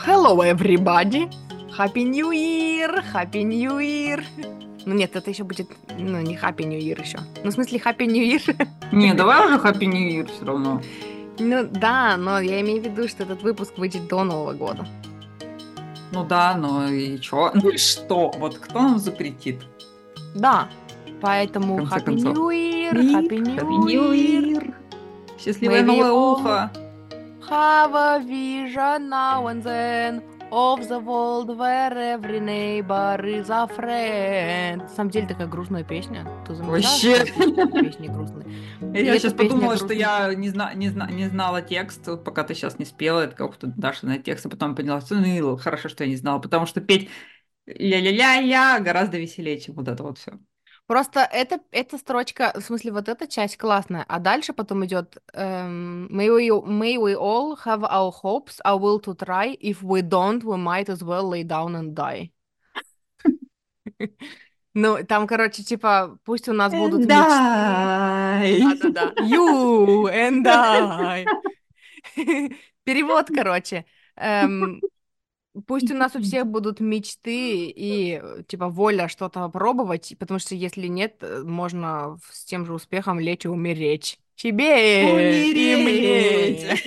Hello, everybody! Happy New Year! Happy New Year! Ну нет, это еще будет, ну, не Happy New Year еще. Ну, в смысле, Happy New Year. Не, давай уже Happy New Year все равно. Ну да, но я имею в виду, что этот выпуск выйдет до Нового года. Ну да, ну и чё? Ну и что? Вот кто нам запретит, Да, в поэтому конце Happy концов? New Year! Мир, Happy Happy New New Year! Year. Счастливое May we новое all ухо. have a vision now and then of the world where every neighbor is a friend. На самом деле такая грустная песня. Ты замечала, что Вообще. обычно песни грустные? И Я эта сейчас песня подумала, что грустная. я не знала текст, вот пока ты сейчас не спела, это как-то Дашина текст, а потом поняла, что ну, и хорошо, что я не знала, потому что петь ля-ля-ля-я гораздо веселее, чем вот это вот все. Просто эта строчка, в смысле, вот эта часть классная, а дальше потом идет may we all have our hopes, our will to try. If we don't, we might as well lay down and die. Ну, там, короче, типа, пусть у нас будут мечты. Дай. Да-да-да. You and I. Перевод, короче. Эм, Пусть у нас у всех будут мечты и, типа, воля что-то попробовать, потому что если нет, можно с тем же успехом лечь и умереть. Тебе и Умереть. мне.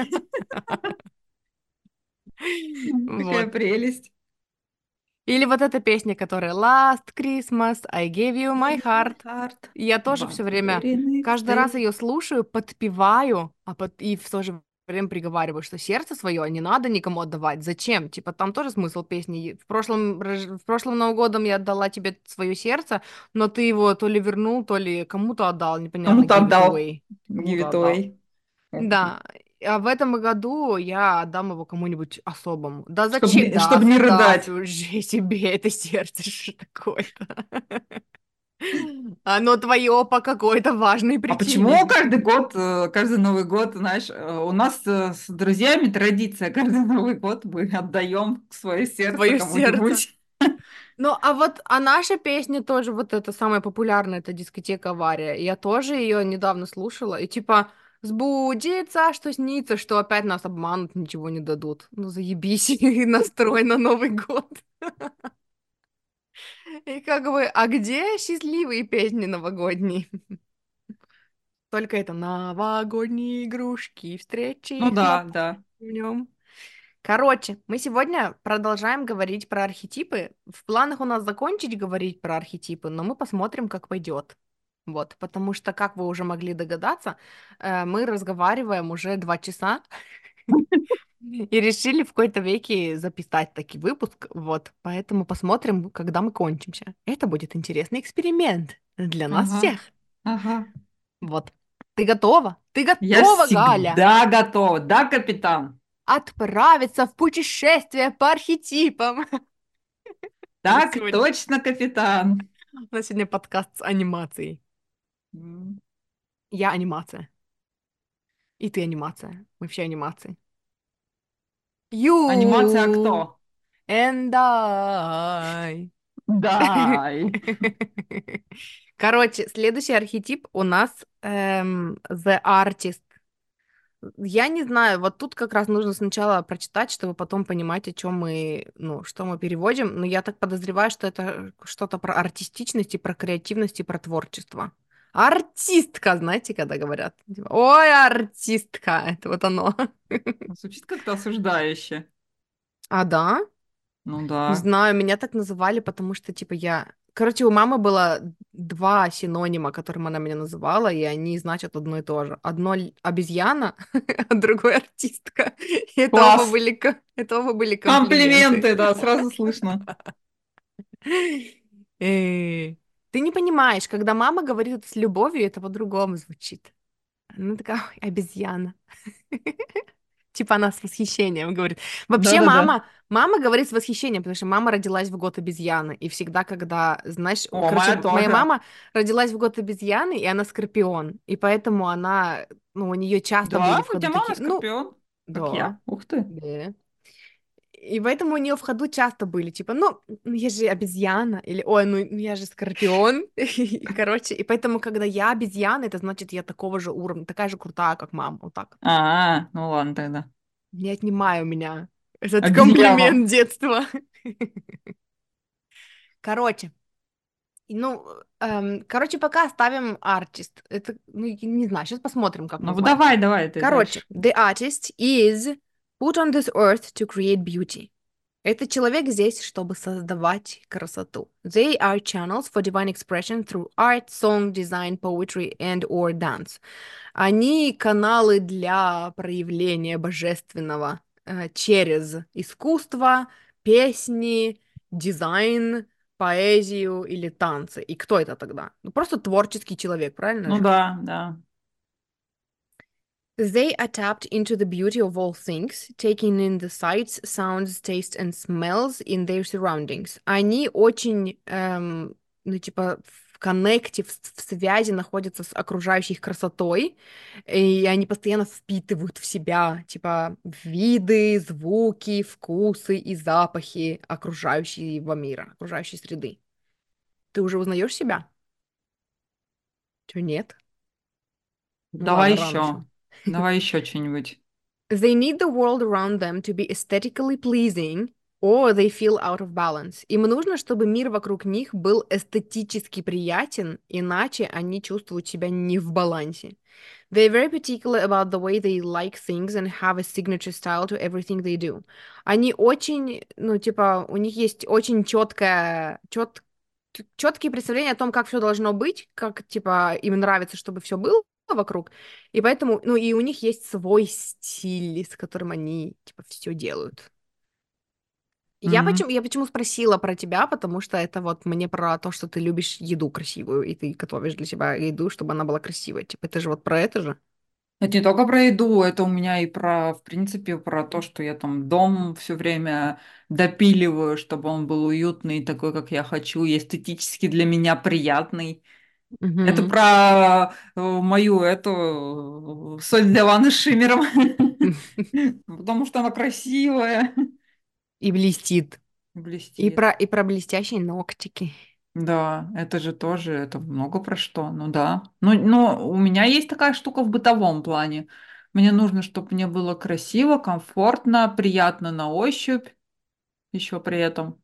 Какая Вот. прелесть. Или вот эта песня, которая Last Christmas, I gave you my Give you my heart. heart, Я тоже but все the время, very next каждый раз day. ее слушаю, подпеваю, и в то же время приговариваю, что сердце свое не надо никому отдавать. Зачем? Типа там тоже смысл песни. В прошлом Новым годом я отдала тебе свое сердце, но ты его то ли вернул, то ли кому-то отдал, непонятно, Кому-то give it отдал. away. Give Кому-то it отдал. away. Да. А в этом году я отдам его кому-нибудь особому. Да Чтобы зачем? Да чтоб не оставь рыдать. уже себе это сердце, что такое-то? Оно твое по какой-то важной А причине. почему каждый год, каждый Новый год, знаешь, у нас с друзьями традиция, каждый Новый год мы отдаем свое сердце Твое сердце. кому-нибудь. Ну, а наша песня тоже, вот эта самая популярная, это дискотека «Авария». Я тоже ее недавно слушала, и типа сбудется, что снится, что опять нас обманут, ничего не дадут. Ну, заебись, настрой на Новый год. И как бы, а где счастливые песни новогодние? Только это новогодние игрушки, встречи, Ну да, хлопушки да. в нем. Короче, мы сегодня продолжаем говорить про архетипы. В планах у нас закончить говорить про архетипы, но мы посмотрим, как пойдет. Вот, потому что, как вы уже могли догадаться, мы разговариваем уже 2 часа и решили в какой-то веке записать таки выпуск. Вот, поэтому посмотрим, когда мы кончимся. Это будет интересный эксперимент для нас Ага, всех. ага. Вот. Ты готова? Ты Я готова, Галя? всегда готова. Да, капитан? Отправиться в путешествие по архетипам. У нас Так сегодня, точно, капитан. у нас сегодня подкаст с анимацией. М. Я анимация. И ты анимация. Мы все анимации. Анимация You кто? and I. Дай. Короче, следующий архетип у нас The Artist. Я не знаю, вот тут как раз нужно сначала прочитать, чтобы потом понимать, о чем мы, ну, что мы переводим. Но я так подозреваю, что это что-то про артистичность и про креативность и про творчество. Артистка, знаете, когда говорят, типа, ой, артистка, это вот оно. Звучит как-то осуждающе. А, да? Ну Не да. знаю, меня так называли, потому что, типа, я... Короче, у мамы было 2 синонима, которым она меня называла, и они значат одно и то же. Одно обезьяна, а другой артистка. И Класс. это оба были комплименты. Комплименты, да, сразу слышно. Э, Ты не понимаешь, когда мама говорит это с любовью, это по-другому звучит. Она такая: «Ой, обезьяна». Типа она с восхищением говорит. Вообще Да-да-да. мама говорит с восхищением, потому что мама родилась в год обезьяны. И всегда, когда, знаешь, О, короче, моя моя тоже. мама родилась в год обезьяны, и она скорпион. И поэтому она, ну, у нее часто были Да, в у ходу тебя мама такие, ну, скорпион, как да, я. Ух ты. да. И поэтому у нее в ходу часто были, типа, ну, я же обезьяна, или, ой, ну я же скорпион. И, короче, и поэтому, когда я обезьяна, это значит, я такого же уровня, такая же крутая, как мама, вот так. А, ну ладно тогда. Не отнимай у меня Этот Обезьяна. комплимент детства. Короче, ну, короче, пока оставим артист. Это, ну, я не знаю, сейчас посмотрим, как Ну, назвать. давай, давай, ты Короче, дальше. the artist is put on this earth to create beauty. Этот человек здесь, чтобы создавать красоту. They are channels for divine expression through art, song, design, poetry and or dance. Они каналы для проявления божественного через искусство, песни, дизайн, поэзию или танцы. И кто это тогда? Ну, просто творческий человек, правильно Ну же? да, да. They are tapped into the beauty of all things, taking in the sights, sounds, tastes and smells in their surroundings. Они очень, ну, типа, в коннекте, в связи находятся с окружающей их красотой, и они постоянно впитывают в себя, типа, виды, звуки, вкусы и запахи окружающего мира, окружающей среды. Ты уже узнаешь себя? Чё, нет? Ну Давай ладно, рано еще. еще. Давай еще что-нибудь. They need the world around them to be aesthetically pleasing, or they feel out of balance. Им нужно, чтобы мир вокруг них был эстетически приятен, иначе они чувствуют себя не в балансе. They're very particular about the way they like things and have a signature style to everything they do. Они очень, ну, типа, у них есть очень четкие представления о том, как все должно быть, как, типа, им нравится, чтобы все было вокруг. И поэтому, ну, и у них есть свой стиль, с которым они, типа, все делают. Мгм. Я почему спросила про тебя, потому что это вот мне про то, что ты любишь еду красивую, и ты готовишь для себя еду, чтобы она была красивой. Типа, это же вот про это же. Это не только про еду, это у меня и про, в принципе, про то, что я там дом все время допиливаю, чтобы он был уютный, такой, как я хочу, и эстетически для меня приятный. Это Мгм. про мою эту соль для ванны с шиммером, потому что она красивая, И блестит. блестит. И про блестящие ногтики. Да, это же тоже, это много про что, ну да. Но у меня есть такая штука в бытовом плане. Мне нужно, чтобы мне было красиво, комфортно, приятно на ощупь еще при этом.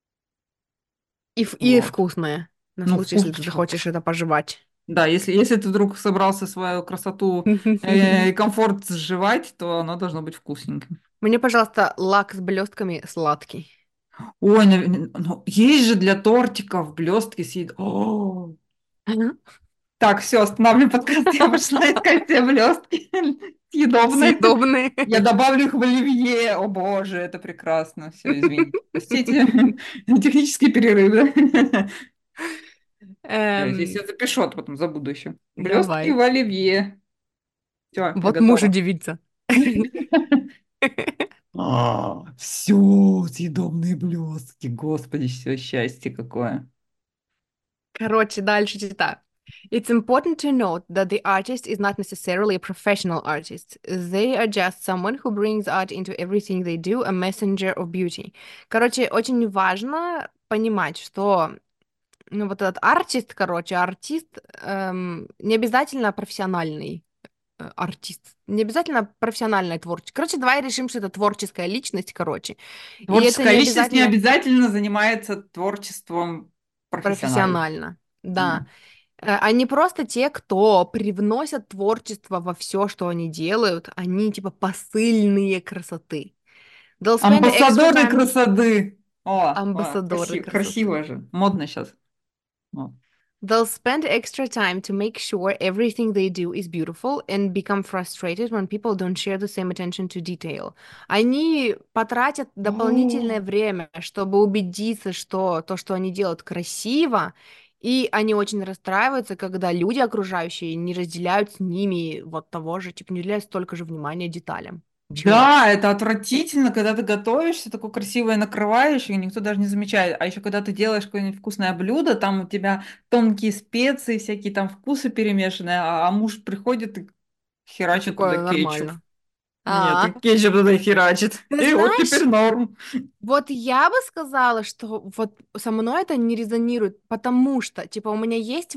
И Вот. вкусное. На Ну, случай, если ты захочешь это пожевать. Да, если ты вдруг собрался свою красоту и комфорт сживать, то оно должно быть вкусненьким. Мне, пожалуйста, лак с блестками сладкий. Ой, ну, есть же для тортиков блестки Так, все, останавливаем подкаст. Я пошла искать себе блестки съедобные. Съедобные. Я добавлю их в оливье. О боже, это прекрасно. Все, извините. Простите. Технический перерыв, да? Я здесь Эм, я запишу, а то потом забуду еще. Блестки давай. в оливье. Все, я Вот муж готова. удивится. Все, съедобные блестки. Господи, все счастье какое. Короче, дальше читаю. It's important to note that the artist is not necessarily a professional artist. They are just someone who brings art into everything they do, a messenger of beauty. Короче, очень важно понимать, что ну, вот этот артист, короче, артист не обязательно профессиональный артист. Не обязательно профессиональная творчество. Короче, давай решим, что это творческая личность, короче. И это Творческая не личность не обязательно обязательно занимается творчеством профессионально. профессионально. Да. М. Они просто те, кто привносят творчество во все, что они делают. Они типа посыльные красоты. They'll spend extra Амбассадоры time... красоты. Амбассадоры Красиво, красоты. красиво же. Модно сейчас. They'll spend extra time to make sure everything they do is beautiful and become frustrated when people don't share the same attention to detail. Они потратят дополнительное время, чтобы убедиться, что то, что они делают, красиво, и они очень расстраиваются, когда люди окружающие не разделяют с ними вот того же, типа не уделяют столько же внимания деталям. Чего? Да, это отвратительно, когда ты готовишься, такое красивое накрываешь, и никто даже не замечает. А еще когда ты делаешь какое-нибудь вкусное блюдо, там у тебя тонкие специи, всякие там вкусы перемешанные, а муж приходит и И херачит туда такое кетчуп. нормально. Нет, и А, кетчуп туда херачит. ты И вот теперь знаешь, норм. вот я бы сказала, что вот со мной это не резонирует, потому что, типа, у меня есть вот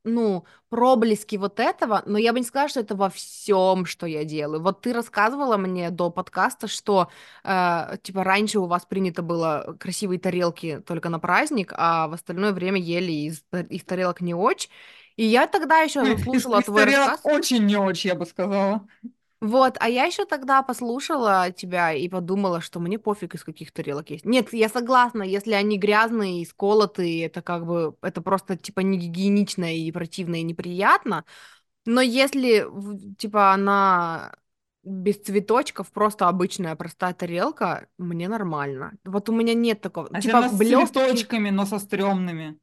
ну, проблески вот этого, но я бы не сказала, что это во всем, что я делаю. Вот ты рассказывала мне до подкаста, что, типа, раньше у вас принято было красивые тарелки только на праздник, а в остальное время ели из тарелок не очень. И я тогда еще слушала Из твой тарелок рассказ. очень не очень, я бы сказала. Вот, а я еще тогда послушала тебя и подумала, что мне пофиг, из каких тарелок есть. Нет, я согласна, если они грязные и сколотые, это как бы, это просто, типа, не гигиенично и противно и неприятно. Но если, типа, она без цветочков, просто обычная простая тарелка, мне нормально. Вот у меня нет такого. А если Типа, она с блестки, цветочками, но со стрёмными?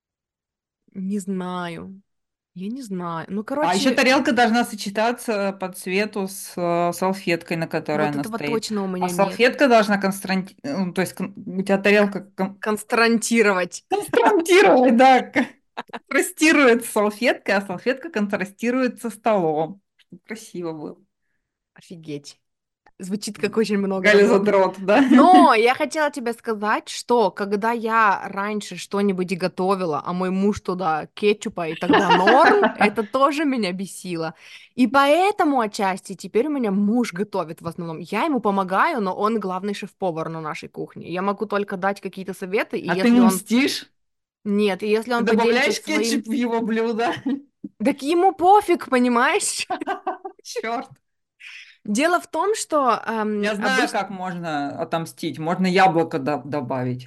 не знаю. Я не знаю. Ну, А еще короче, тарелка должна сочетаться по цвету с салфеткой, на которой вот она этого стоит. точно у А меня нет. салфетка должна то есть у тебя тарелка Констрантировать. контрастировать, да, контрастирует с салфеткой, а салфетка контрастирует со столом. Чтобы красиво было. Офигеть. Звучит как очень много Галя работы. задрот, да? Но я хотела тебе сказать, что когда я раньше что-нибудь готовила, а мой муж туда кетчупа, и тогда норм, это тоже меня бесило. И поэтому отчасти теперь у меня муж готовит в основном. Я ему помогаю, но он главный шеф-повар на нашей кухне. Я могу только дать какие-то советы, и А ты если ему он... мстишь? Нет, и если Ты он поделится добавляешь своим... кетчуп в его блюдо? Так ему пофиг, понимаешь? Черт. Дело в том, что Я знаю, обычно... как можно отомстить. Можно яблоко добавить.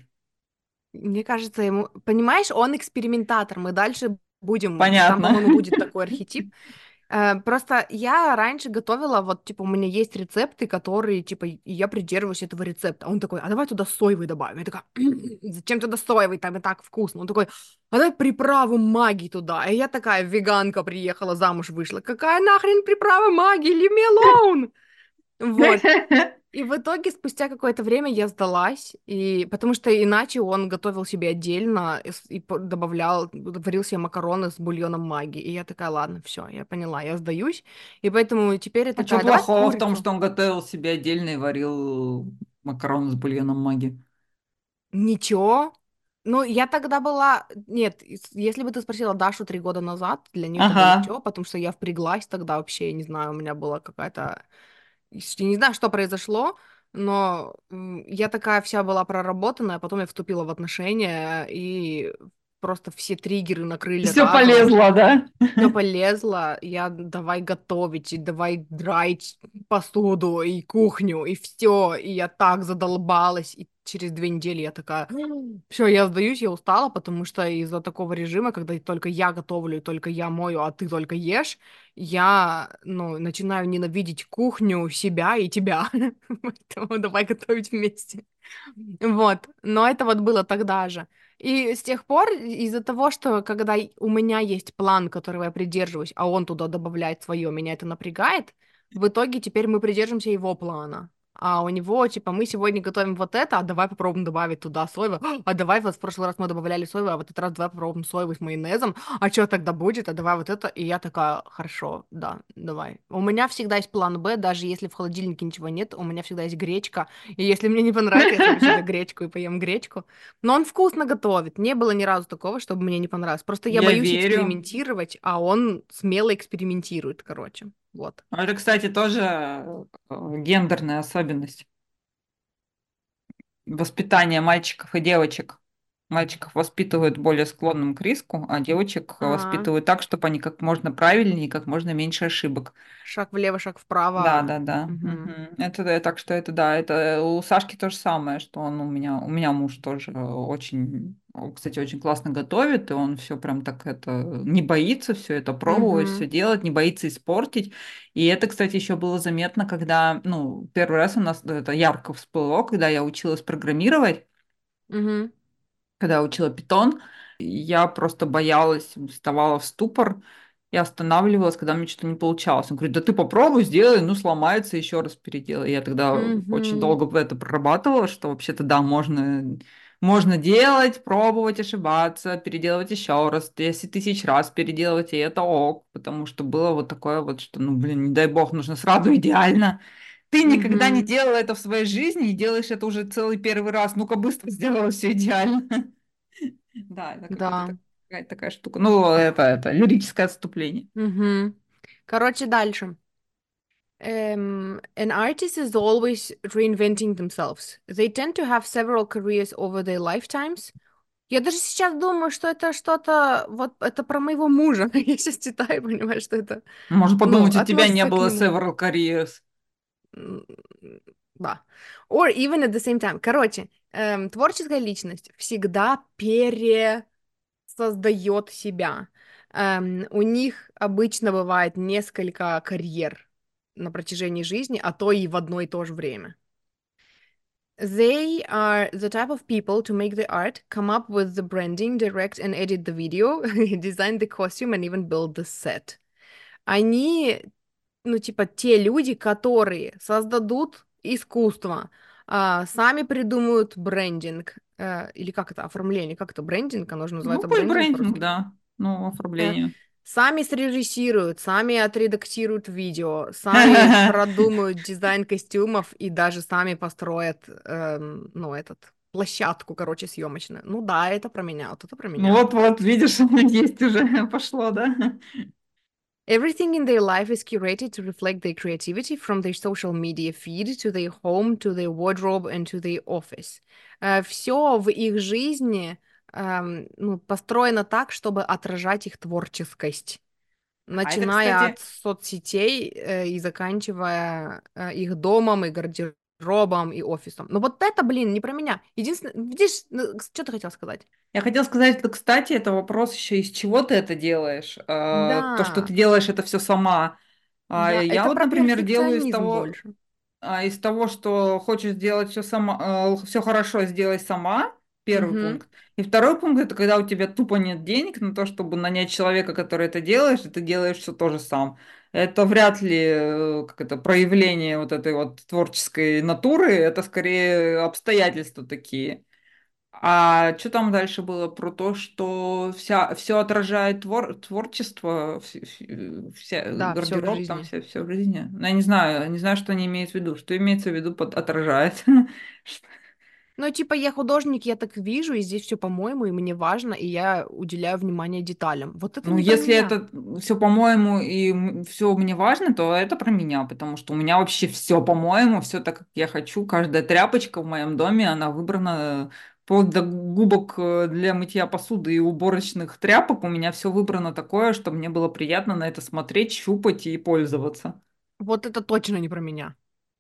Мне кажется, ему... Понимаешь, он экспериментатор. Мы дальше будем... Там, Понятно. по-моему, будет такой архетип. Просто я раньше готовила, вот, типа, у меня есть рецепты, которые, типа, и я придерживаюсь этого рецепта. Он такой, а давай туда соевый добавим. Я такая, зачем туда соевый, там и так вкусно. Он такой, а давай приправу маги туда. И я такая, веганка приехала, замуж вышла. Какая нахрен приправа маги, leave me alone. Вот. И в итоге, спустя какое-то время я сдалась, и потому что иначе он готовил себе отдельно и добавлял, варил себе макароны с бульоном маги. И я такая, ладно, все, я поняла, я сдаюсь. И поэтому теперь я А что такая, давай плохого в том, курицу. что он готовил себе отдельно и варил макароны с бульоном маги? Ничего. Ну, я тогда была... Нет, если бы ты спросила Дашу 3 года назад, для нее это было Ага. ничего, потому что я впряглась тогда вообще, я не знаю, у меня была какая-то... Я не знаю, что произошло, но я такая вся была проработанная, потом я вступила в отношения, и просто все триггеры И накрыли все разом. полезло, да? Все полезла, я давай готовить, и давай драить посуду, и кухню, и все. И я так задолбалась, и через 2 недели я такая, все, я сдаюсь, я устала, потому что из-за такого режима, когда только я готовлю, и только я мою, а ты только ешь, я, ну, начинаю ненавидеть кухню, себя и тебя. Поэтому давай готовить вместе. Вот, но это вот было тогда же. И с тех пор, из-за того, что когда у меня есть план, которого я придерживаюсь, а он туда добавляет свое, меня это напрягает, в итоге теперь мы придерживаемся его плана. А у него, типа, мы сегодня готовим вот это, а давай попробуем добавить туда соевый. А давай вот в прошлый раз мы добавляли соевый, а вот этот раз давай попробуем соевый с майонезом. А что тогда будет? А давай вот это. И я такая, хорошо, да, давай. У меня всегда есть план Б, даже если в холодильнике ничего нет, у меня всегда есть гречка, и если мне не понравится, я соберу себе гречку и поем гречку. Но он вкусно готовит. Не было ни разу такого, чтобы мне не понравилось. Просто я Я боюсь верю. экспериментировать, а он смело экспериментирует, короче. Вот. А это, кстати, тоже гендерная особенность. Воспитание мальчиков и девочек. Мальчиков воспитывают более склонным к риску, а девочек А, воспитывают так, чтобы они как можно правильнее и как можно меньше ошибок. шаг влево, шаг Да, вправо. да, да. Мгм. Мгм. Это да, так что это да, это у Сашки то же самое, что он у меня муж тоже очень, кстати, очень классно готовит, и он все прям так это не боится все это пробовать, все Мгм. делать, не боится испортить. И это, кстати, еще было заметно, когда, ну, первый раз у нас это ярко всплыло, когда я училась программировать. Мгм. Когда я учила питон, я просто боялась, вставала в ступор и останавливалась, когда мне что-то не получалось. Он говорит, да ты попробуй, сделай, ну сломается, еще раз переделай. Я тогда очень Мгм. долго это прорабатывала, что вообще-то да, можно делать, пробовать, ошибаться, переделывать еще раз, 10 000 раз переделывать, и это ок, потому что было вот такое вот, что, ну, блин, не дай бог, нужно сразу идеально. Ты никогда не Мгм. делала это в своей жизни и делаешь это уже целый первый раз. Ну-ка быстро сделала все идеально. Да, это какой-то Да. такой Какая такая штука. Ну, это лирическое отступление. Мгм. Короче, дальше. An artist is always reinventing themselves. They tend to have several careers over their lifetimes. Я даже сейчас думаю, что это что-то, вот это про моего мужа. Я сейчас читаю и понимаю, что это, Можно ну, подумать, у тебя не относится к было нему. several careers. М, Да. Or even at the same time. Короче, творческая личность всегда пересоздает себя. У них обычно бывает несколько карьер на протяжении жизни, а то и в одно и то же время. They are the type of people to make the art, come up with the branding, direct and edit the video, design the costume and even build the set. Они, ну, типа, те люди, которые создадут искусство, сами придумают брендинг, или как это, оформление, как это, брендинг, оно же Ну, называется пусть брендинг брендинг, по-русски. да. Ну, Э, оформление. Сами срежиссируют, сами отредактируют видео, сами продумают дизайн костюмов и даже сами построят, ну, площадку, короче, съемочную. Ну да, это про меня, вот это про Ну меня. вот, видишь, есть уже, пошло, да? Everything in their life is curated to reflect their creativity from their social media feed to their home, to their wardrobe and to their office. Все в их жизни ну, построено так, чтобы отражать их творческость, А это, начиная от кстати, соцсетей и заканчивая их домом и гардеробом и офисом. Но вот это, блин, не про меня. Единственное, видишь, ну, что ты хотел сказать? я хотела сказать, что, кстати, это вопрос еще, из чего ты это делаешь. То, что Да, ты делаешь это все сама. да, Я это вот, про например, делаю перфекционизм больше. из того, что хочешь сделать все сама, все хорошо, сделай сама, первый Угу. пункт. И второй пункт это когда у тебя тупо нет денег на то, чтобы нанять человека, который это делаешь, и ты делаешь все тоже сам. Это вряд ли как это проявление вот этой вот творческой натуры, это скорее обстоятельства такие. А что там дальше было про то, что все отражает творчество, Да, все в гардероб, там жизни. все в жизни? Ну, я не знаю, что они имеют в виду. Что имеется в виду под отражает? Ну, типа, я художник, я так вижу, и здесь все по-моему, и мне важно, и я уделяю внимание деталям. Вот это Ну, не про если меня. это все по-моему и все мне важно, то это про меня, потому что у меня вообще все по-моему, все так, как я хочу. Каждая тряпочка в моем доме, она выбрана вплоть до губок для мытья посуды и уборочных тряпок. У меня все выбрано такое, что мне было приятно на это смотреть, щупать и пользоваться. Вот это точно не про меня.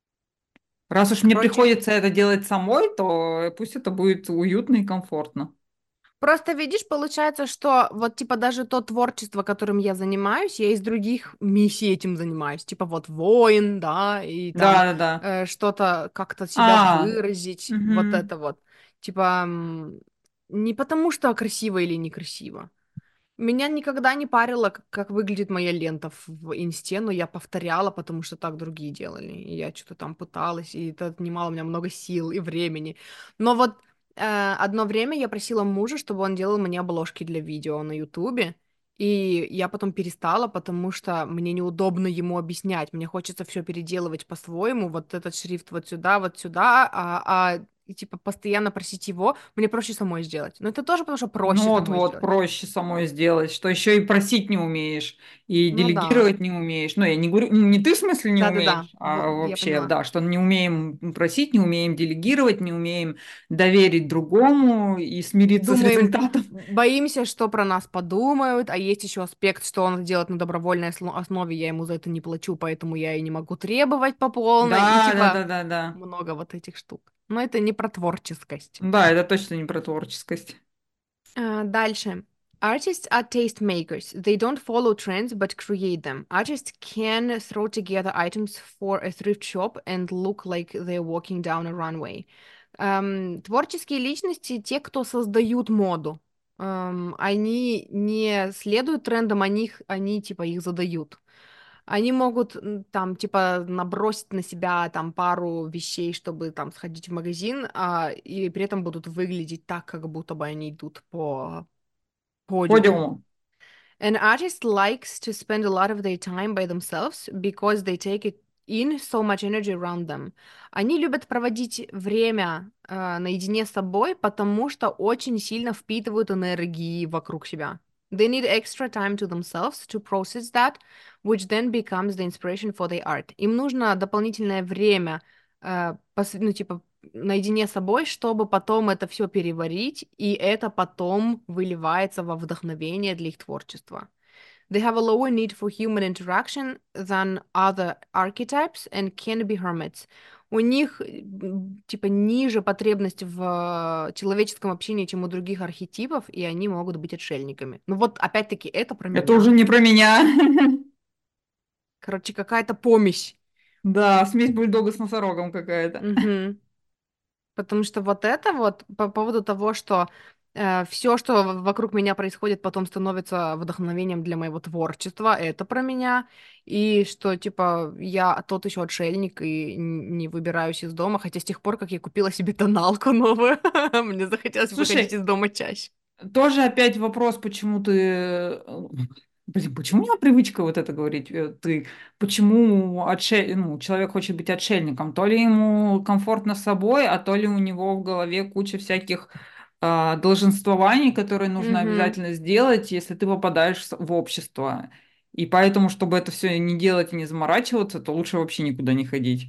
Раз уж мне Короче, приходится это делать самой, то пусть это будет уютно и комфортно. просто видишь, получается, что вот типа даже то творчество, которым я занимаюсь, я из других миссий этим занимаюсь. Типа вот воин, да, и там Да, да, да. что-то как-то себя А, выразить, вот мгм. это вот. Типа не потому, что красиво или некрасиво. Меня никогда не парило, как выглядит моя лента в инсте, но я повторяла, потому что так другие делали. И я что-то там пыталась, и это отнимало у меня много сил и времени. Но вот одно время я просила мужа, чтобы он делал мне обложки для видео на Ютубе. И я потом перестала, потому что мне неудобно ему объяснять. Мне хочется все переделывать по-своему. Вот этот шрифт вот сюда, и, типа постоянно просить его, мне проще самой сделать. Но это тоже потому, что Ну проще самой вот, сделать. проще самой сделать, что еще и просить не умеешь, и Ну да. делегировать не умеешь. Ну, я не говорю, не ты в смысле не Да-да-да, умеешь, а я вообще, поняла. да, что не умеем просить, не умеем делегировать, не умеем доверить другому и смириться с Думаем, результатом. боимся, что про нас подумают, а есть еще аспект, что он это делает на добровольной основе, я ему за это не плачу, поэтому я и не могу требовать по полной, и Да, да, типа да, да, да. много вот этих штук. Но это не про творческость. Да, это точно не про творческость. Дальше. Artists are taste makers. They don't follow trends, but create them. Artists can throw together items for a thrift shop and look like they're walking down a runway. Творческие личности, те, кто создают моду, они не следуют трендам, они типа их задают. Они могут там типа набросить на себя там пару вещей, чтобы там сходить в магазин, и при этом будут выглядеть так, как будто бы они идут по подиуму. Подиуму. An artist likes to spend a lot of their time by themselves because they take it. in so much energy around them. Они любят проводить время наедине с собой, потому что очень сильно впитывают энергии вокруг себя. They need extra time to themselves to process that, which then becomes the inspiration for their art. Им нужно дополнительное время, ну, типа, наедине с собой, чтобы потом это все переварить, и это потом выливается во вдохновение для их творчества. They have a lower need for human interaction than other archetypes and can be hermits. У них, типа, ниже потребность в человеческом общении, чем у других архетипов, и они могут быть отшельниками. Ну вот, опять-таки, это про Это меня. уже не про меня. Короче, какая-то помесь. Да, смесь бульдога с носорогом какая-то. Мгм. Потому что вот это вот по поводу того, что все, что вокруг меня происходит, потом становится вдохновением для моего творчества, это про меня. И что, типа, я тот еще отшельник и не выбираюсь из дома, хотя с тех пор, как я купила себе тоналку новую, мне захотелось выходить Слушай, из дома чаще. тоже опять вопрос, почему ты... Блин, почему у меня привычка вот это говорить? Ты, почему ну, человек хочет быть отшельником? То ли ему комфортно с собой, а то ли у него в голове куча всяких долженствований, которые нужно Мгм. обязательно сделать, если ты попадаешь в общество. И поэтому, чтобы это все не делать и не заморачиваться, то лучше вообще никуда не ходить.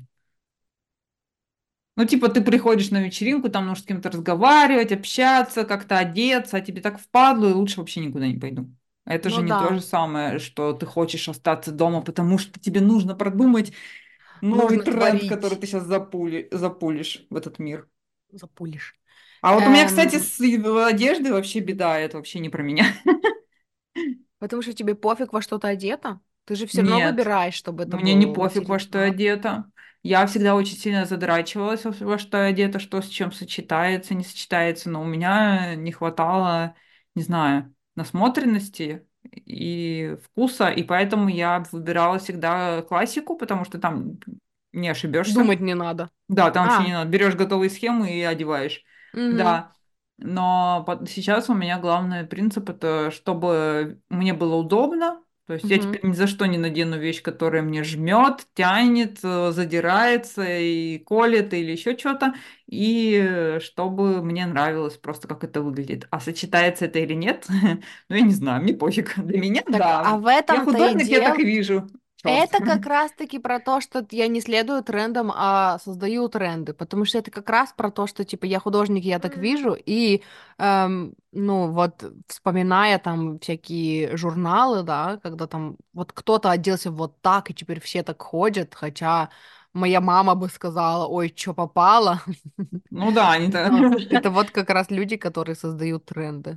Ну, типа, ты приходишь на вечеринку, там нужно с кем-то разговаривать, общаться, как-то одеться, а тебе так впадлу, и лучше вообще никуда не пойду. Это же Ну не то да, же самое, что ты хочешь остаться дома, потому что тебе нужно продумать новый нужно тренд, который творить. ты сейчас запулишь в этот мир. Запулишь. А вот у меня, кстати, Эм, с одеждой вообще беда, это вообще не про меня. Потому что тебе пофиг во что-то одета. Ты же все равно Нет, выбираешь, чтобы это мне не был пофиг, во что я материал. одета. Я всегда очень сильно задрачивалась, во что я одета, что с чем сочетается, не сочетается, но у меня не хватало, не знаю, насмотренности и вкуса, и поэтому я выбирала всегда классику, потому что там не ошибешься. Думать не надо. Да, там вообще А, не надо. Берешь готовые схемы и одеваешь. угу, Да. Но сейчас у меня главный принцип это чтобы мне было удобно. То есть я угу. теперь ни за что не надену вещь, которая мне жмет, тянет, задирается и колет или еще что-то. И чтобы мне нравилось просто, как это выглядит. А сочетается это или нет, ну я не знаю, мне пофиг. Для меня, Так, да. а в Я этом-то и художник, я так дело. и вижу. Черт. Это как раз-таки про то, что я не следую трендам, а создаю тренды. Потому что это как раз про то, что, типа, я художник, я так вижу, и, ну, вот, вспоминая там всякие журналы, да, когда там вот кто-то оделся вот так, и теперь все так ходят, хотя моя мама бы сказала, ой, что попало. Ну да, они-то. Но это вот как раз люди, которые создают тренды.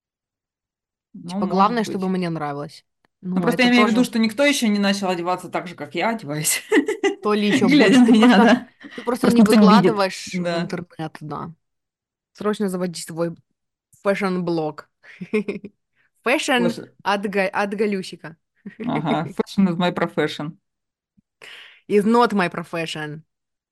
Ну, Типа, может главное, чтобы быть. мне нравилось. Ну, Ну, просто я это имею в виду, тоже что никто еще не начал одеваться так же, как я одеваюсь. то ли еще Глядя больше. на меня, да. Ты просто Просто не никто не видит. выкладываешь в Да. интернет, да. Срочно заводи свой фэшн-блог. Фэшн Фэшн. от Галюсика. Ага. Fashion is my profession. Is not my profession.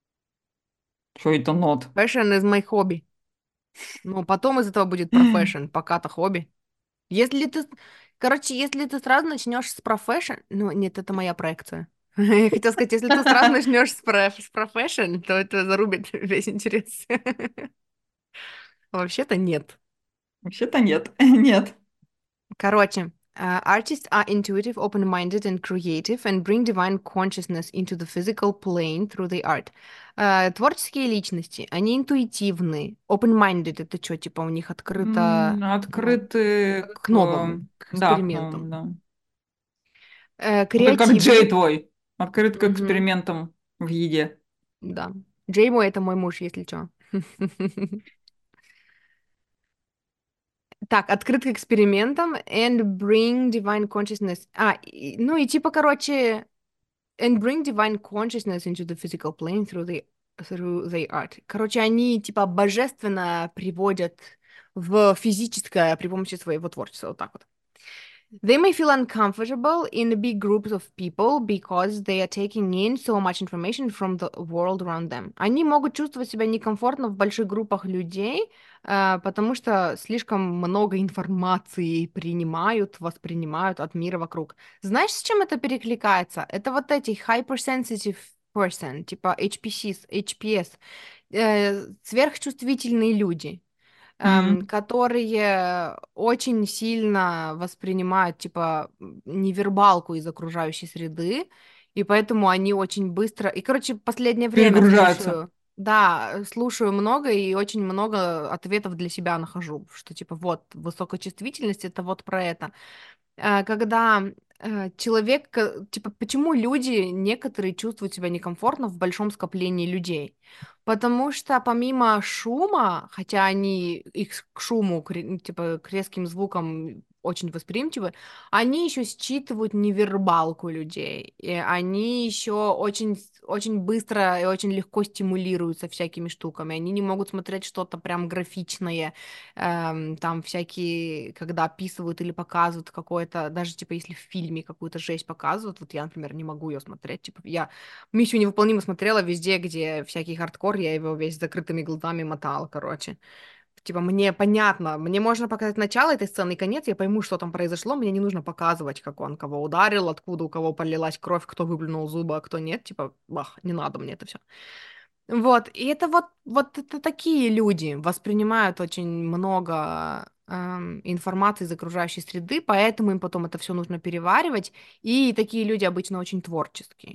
Что это not? Fashion is my hobby. Ну, потом из этого будет profession, пока-то хобби. Если ты... Короче, если ты сразу начнешь с profession... Ну, нет, это моя проекция. Я хотела сказать, если ты сразу начнешь с profession, то это зарубит весь интерес. Вообще-то нет. Вообще-то нет. Нет. Короче, artists are intuitive, open-minded and creative and bring divine consciousness into the physical plane through the art. Творческие личности, они интуитивны. Open-minded — это что, типа у них открыто, ну, Открыты к новому, к да, к новым, экспериментам. да. Ну, ты как Джей Креативны. твой. Открыт к Мгм, экспериментам в еде. да. Джей мой — это мой муж, если что. Так, открыт к экспериментам and bring divine consciousness. Ну и типа, короче, and bring divine consciousness into the physical plane through the art. Короче, они типа божественно приводят в физическое при помощи своего творчества. Вот так вот. They may feel uncomfortable in big groups of people because they are taking in so much information from the world around them. Они могут чувствовать себя некомфортно в больших группах людей, потому что слишком много информации принимают, воспринимают от мира вокруг. Знаешь, с чем это перекликается? Это вот эти hypersensitive person, типа HPC, HPS, сверхчувствительные люди, М, которые очень сильно воспринимают, типа, невербалку из окружающей среды, и поэтому они очень быстро... И, короче, последнее время Перегружаются. слушаю, да, слушаю много и очень много ответов для себя нахожу, что, типа, вот, высокочувствительность — это вот про это. Когда человек, типа, почему люди некоторые чувствуют себя некомфортно в большом скоплении людей? Потому что помимо шума, хотя они их к шуму, типа, к резким звукам очень восприимчивы, они еще считывают невербалку людей, и они еще очень, очень быстро и очень легко стимулируются всякими штуками. Они не могут смотреть что-то прям графичное, там всякие, когда описывают или показывают какое-то, даже типа если в фильме какую-то жесть показывают, вот я, например, не могу ее смотреть, типа я «Миссию невыполнима» смотрела везде, где всякий хардкор, я его весь с закрытыми глазами мотала, короче. Типа мне понятно, мне можно показать начало этой сцены и конец, я пойму, что там произошло, мне не нужно показывать, как он кого ударил, откуда у кого полилась кровь, кто выплюнул зубы, а кто нет, типа, бах, не надо мне это все. Вот, и это вот это такие люди воспринимают очень много информации из окружающей среды, поэтому им потом это все нужно переваривать, и такие люди обычно очень творческие.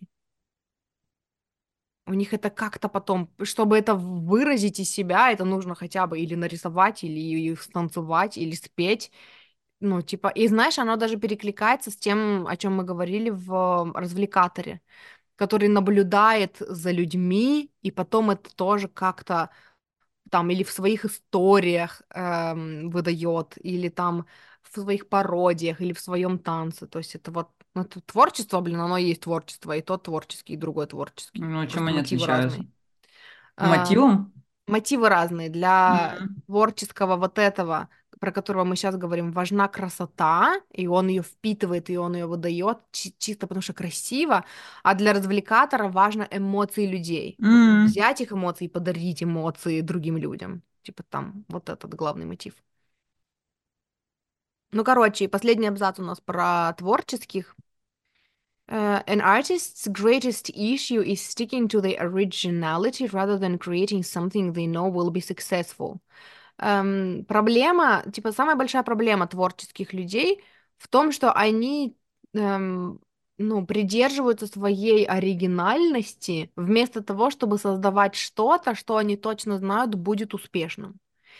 У них это как-то потом, чтобы это выразить из себя, это нужно хотя бы или нарисовать, или станцевать, или спеть. Ну, типа, и знаешь, оно даже перекликается с тем, о чем мы говорили в развлекаторе, который наблюдает за людьми, и потом это тоже как-то там или в своих историях выдает, или там в своих пародиях, или в своем танце. То есть это вот ну, это творчество, блин, оно и есть творчество, и тот творческий, и другой творческий. Ну, чем Просто они мотивы отличаются? разные. А, Мотивом? мотивы разные. Для М. творческого вот этого, про которого мы сейчас говорим, важна красота, и он ее впитывает, и он ее выдает чисто потому что красиво, а для развлекатора важно эмоции людей. Вот М. взять их эмоции и подарить эмоции другим людям. Типа там вот этот главный мотив. Ну, короче, последний абзац у нас про творческих. An artist's greatest issue is sticking to their originality rather than creating something they know will be successful. Проблема, типа, самая большая проблема творческих людей в том, что они, эм, ну, придерживаются своей оригинальности вместо того, чтобы создавать что-то, что они точно знают будет успешным.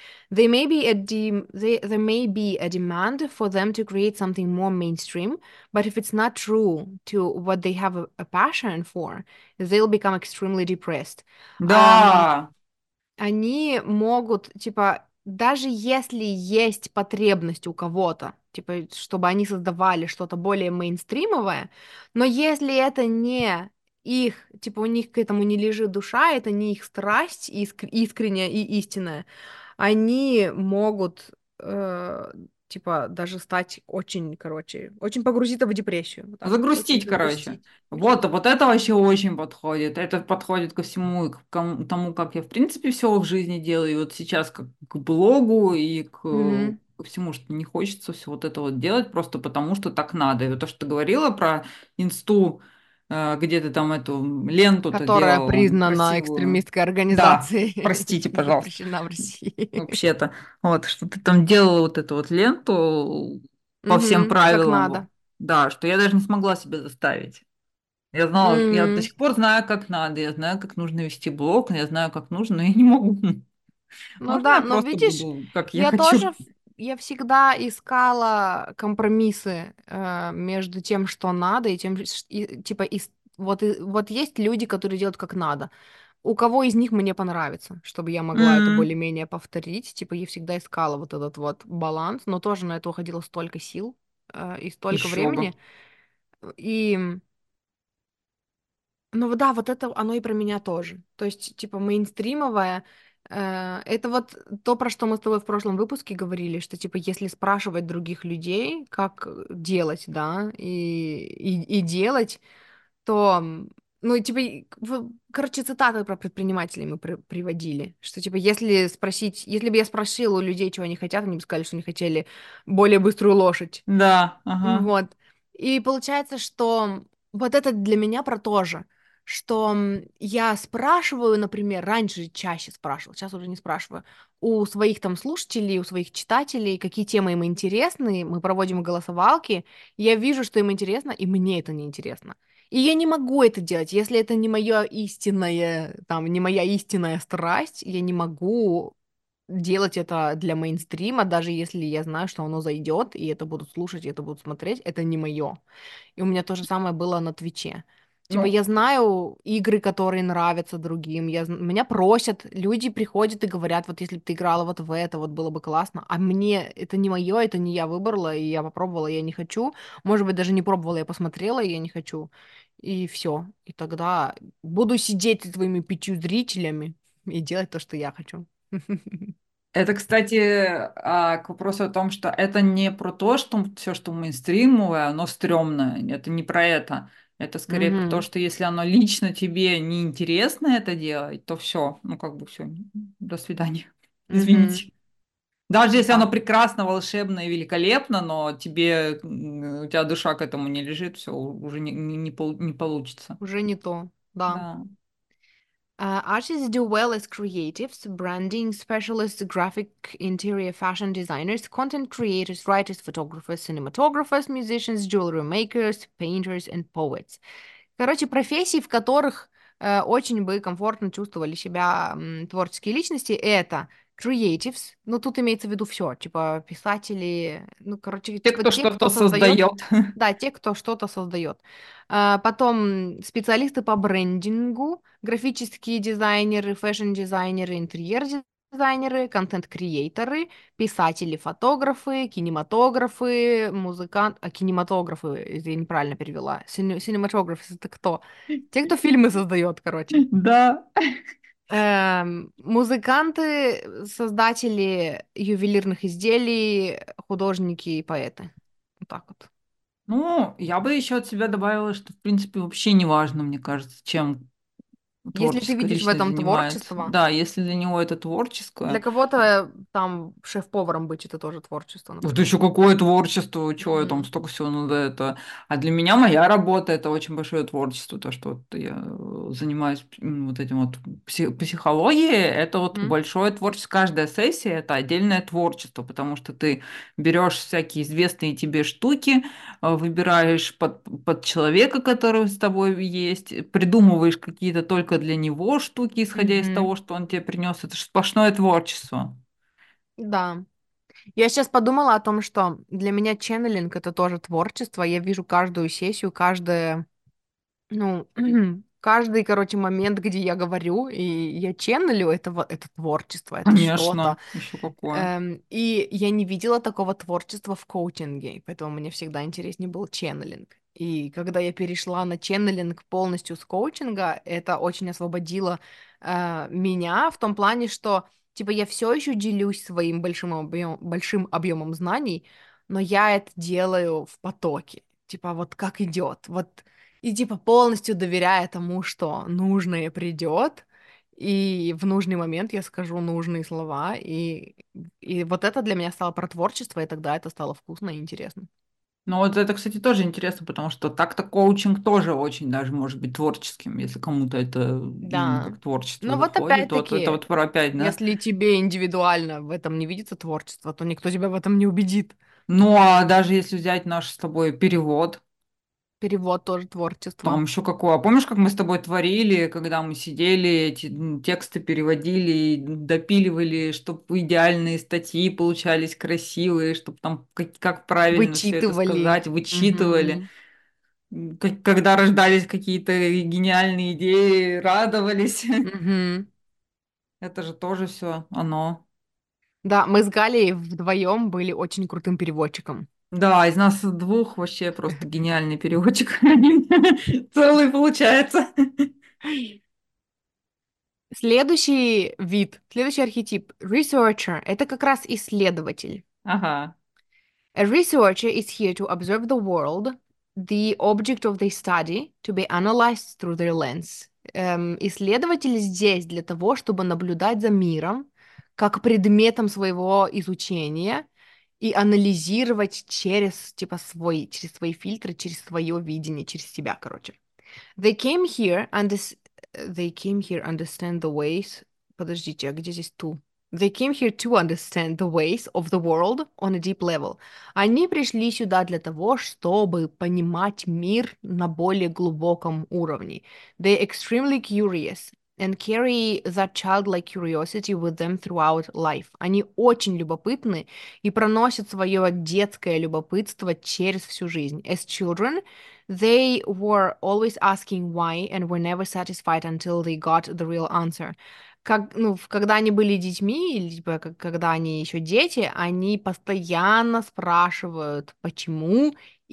There may be a demand for them to create something more mainstream, but if it's not true to what they have a passion for, they'll become extremely depressed. Um, Да. они могут, типа, даже если есть потребность у кого-то, типа, чтобы они создавали что-то более мейнстримовое, но если это не их, типа, у них к этому не лежит душа, это не их страсть искренняя и истинная, они могут, типа, даже стать очень, короче, очень погрузиться в депрессию, вот так вот, очень Загрустить, короче. загрустить. Вот это вообще очень подходит. Это подходит ко всему, и к тому, как я, в принципе, все в жизни делаю. И вот сейчас как к блогу и Мгм. ко всему, что не хочется все вот это вот делать, просто потому что так надо. И вот то, что ты говорила про инсту, где ты там эту ленту-то Которая делала признана красивую. экстремистской Да, организацией простите, и пожалуйста. запрещена в России. Вообще-то, вот, что ты там делала вот эту вот ленту по всем Мгм, как правилам, надо. да, что я даже не смогла себя заставить. Я знала, я до М, сих пор знаю, как надо, я знаю, как нужно вести блог, я знаю, как нужно, но я не могу. Ну Можно да, я но просто видишь, буду, как я я тоже, хочу? я всегда искала компромиссы между тем, что надо, и тем, типа, вот есть люди, которые делают как надо. У кого из них мне понравится, чтобы я могла это М, более-менее повторить. Типа, я всегда искала вот этот вот баланс, но тоже на это уходило столько сил и столько еще бы. времени. И, ну да, вот это оно и про меня тоже. То есть, типа, мейнстримовое, Это вот то, про что мы с тобой в прошлом выпуске говорили, что, типа, если спрашивать других людей, как делать, да, и делать, то, ну, типа, короче, цитаты про предпринимателей мы приводили, что, типа, если спросить, если бы я спросила у людей, чего они хотят, они бы сказали, что они хотели более быструю лошадь. Да, ага. Вот. И получается, что вот это для меня про то же, что я спрашиваю, например, раньше чаще спрашивала, сейчас уже не спрашиваю, у своих там слушателей, у своих читателей, какие темы им интересны, мы проводим голосовалки, я вижу, что им интересно, и мне это не интересно. И я не могу это делать, если это не мое истинное, там, не моя истинная страсть, я не могу делать это для мейнстрима, даже если я знаю, что оно зайдет, и это будут слушать, и это будут смотреть, это не мое. И у меня то же самое было на Твиче. Типа, Ну, я знаю игры, которые нравятся другим, меня просят, люди приходят и говорят, вот если бы ты играла вот в это, вот было бы классно, а мне это не мое, это не я выбрала, и я попробовала, и я не хочу, может быть, даже не пробовала, я посмотрела, и я не хочу, и все. И тогда буду сидеть с твоими 5 зрителями и делать то, что я хочу. это, кстати, к вопросу о том, что это не про то, что все, что мейнстримовое, оно стрёмное. Это не про это. Это скорее про то, Мгм. что если оно лично тебе не интересно это делать, то все, ну как бы все, до свидания. Мгм. Извините. Даже если оно Да, прекрасно, волшебно и великолепно, но тебе, у тебя душа к этому не лежит, все, уже не получится. уже не то, да. Да. Artists do well as creatives, branding specialists, graphic interior fashion designers, content creators, writers, photographers, cinematographers, musicians, jewelry makers, painters and poets. Короче, профессий, в которых очень бы комфортно чувствовали себя творческие личности, это creatives, ну тут имеется в виду все, типа писатели, ну короче, Те, типа кто те, что-то кто создает, создает. да, те, кто что-то создает. Потом специалисты по брендингу, графические дизайнеры, фэшн-дизайнеры, интерьер-дизайнеры, контент-креаторы, писатели, фотографы, кинематографы, кинематографы, это я неправильно перевела. Cinematography это кто? Те, кто фильмы создает, короче. Да. Музыканты, создатели ювелирных изделий, художники и поэты. Вот так вот. Ну, я бы еще от себя добавила, что, в принципе, вообще не важно, мне кажется, чем Если ты творческая видишь в личность этом занимается. творчество, Да, если для него это для творческое, кого-то там шеф-поваром быть это тоже творчество, это например. еще какое творчество, чего там Мгм. столько всего надо это. А для меня моя работа это очень большое творчество. То, что вот я занимаюсь вот этим вот психологией, это вот Мгм. большое творчество. Каждая сессия это отдельное творчество, потому что ты берешь всякие известные тебе штуки, выбираешь под человека, который с тобой есть, придумываешь какие-то только для него штуки, исходя из Мгм. того, что он тебе принес. Это же сплошное творчество. Да. Я сейчас подумала о том, что для меня ченнелинг это тоже творчество. Я вижу каждую сессию, каждое, ну, каждый, короче, момент, где я говорю, и я ченнелю, это творчество, это что-то. Конечно, еще какое. И я не видела такого творчества в коучинге, поэтому мне всегда интереснее был ченнелинг. И когда я перешла на ченнелинг полностью с коучинга, это очень освободило меня в том плане, что типа я все еще делюсь своим большим объемом знаний, но я это делаю в потоке. Типа вот как идет. Вот и типа полностью доверяя тому, что нужное придет, и в нужный момент я скажу нужные слова, и вот это для меня стало про творчество, и тогда это стало вкусно и интересно. Ну вот это, кстати, тоже интересно, потому что так-то коучинг тоже очень даже может быть творческим, если кому-то это именно Да. как творчество Но вот заходит, то вот это опять-таки, вот про опять, да? если тебе индивидуально в этом не видится творчество, то никто тебя в этом не убедит. Ну а даже если взять наш с тобой перевод, Перевод тоже творчество. там еще какое. А помнишь, как мы с тобой творили, когда мы сидели, эти тексты переводили и допиливали, чтобы идеальные статьи получались красивые, чтобы там как правильно все это Вычитывали. сказать, вычитывали. Мгм. Когда рождались какие-то гениальные идеи, радовались. Мгм. Это же тоже все оно. Да, мы с Галей вдвоем были очень крутым переводчиком. Да, из нас двух вообще просто гениальный переводчик. Целый получается. Следующий вид, следующий архетип, researcher, это как раз исследователь. Ага. A researcher is here to observe the world, the object of their study, to be analyzed through their lens. Исследователь здесь для того, чтобы наблюдать за миром как предметом своего изучения и анализировать через, типа, через свои фильтры, через свое видение, через себя, короче. They came here, they came here understand the ways. Подождите, а где здесь to? They came here to understand the ways of the world on a deep level. Они пришли сюда для того, чтобы понимать мир на более глубоком уровне. They're extremely curious and carry that childlike curiosity with them throughout life. Они очень любопытны и проносят свое детское любопытство через всю жизнь. As children, they were always asking why and were never satisfied until they got the real answer. Как, ну, когда они были детьми, или типа, когда они еще дети, они постоянно спрашивают, почему,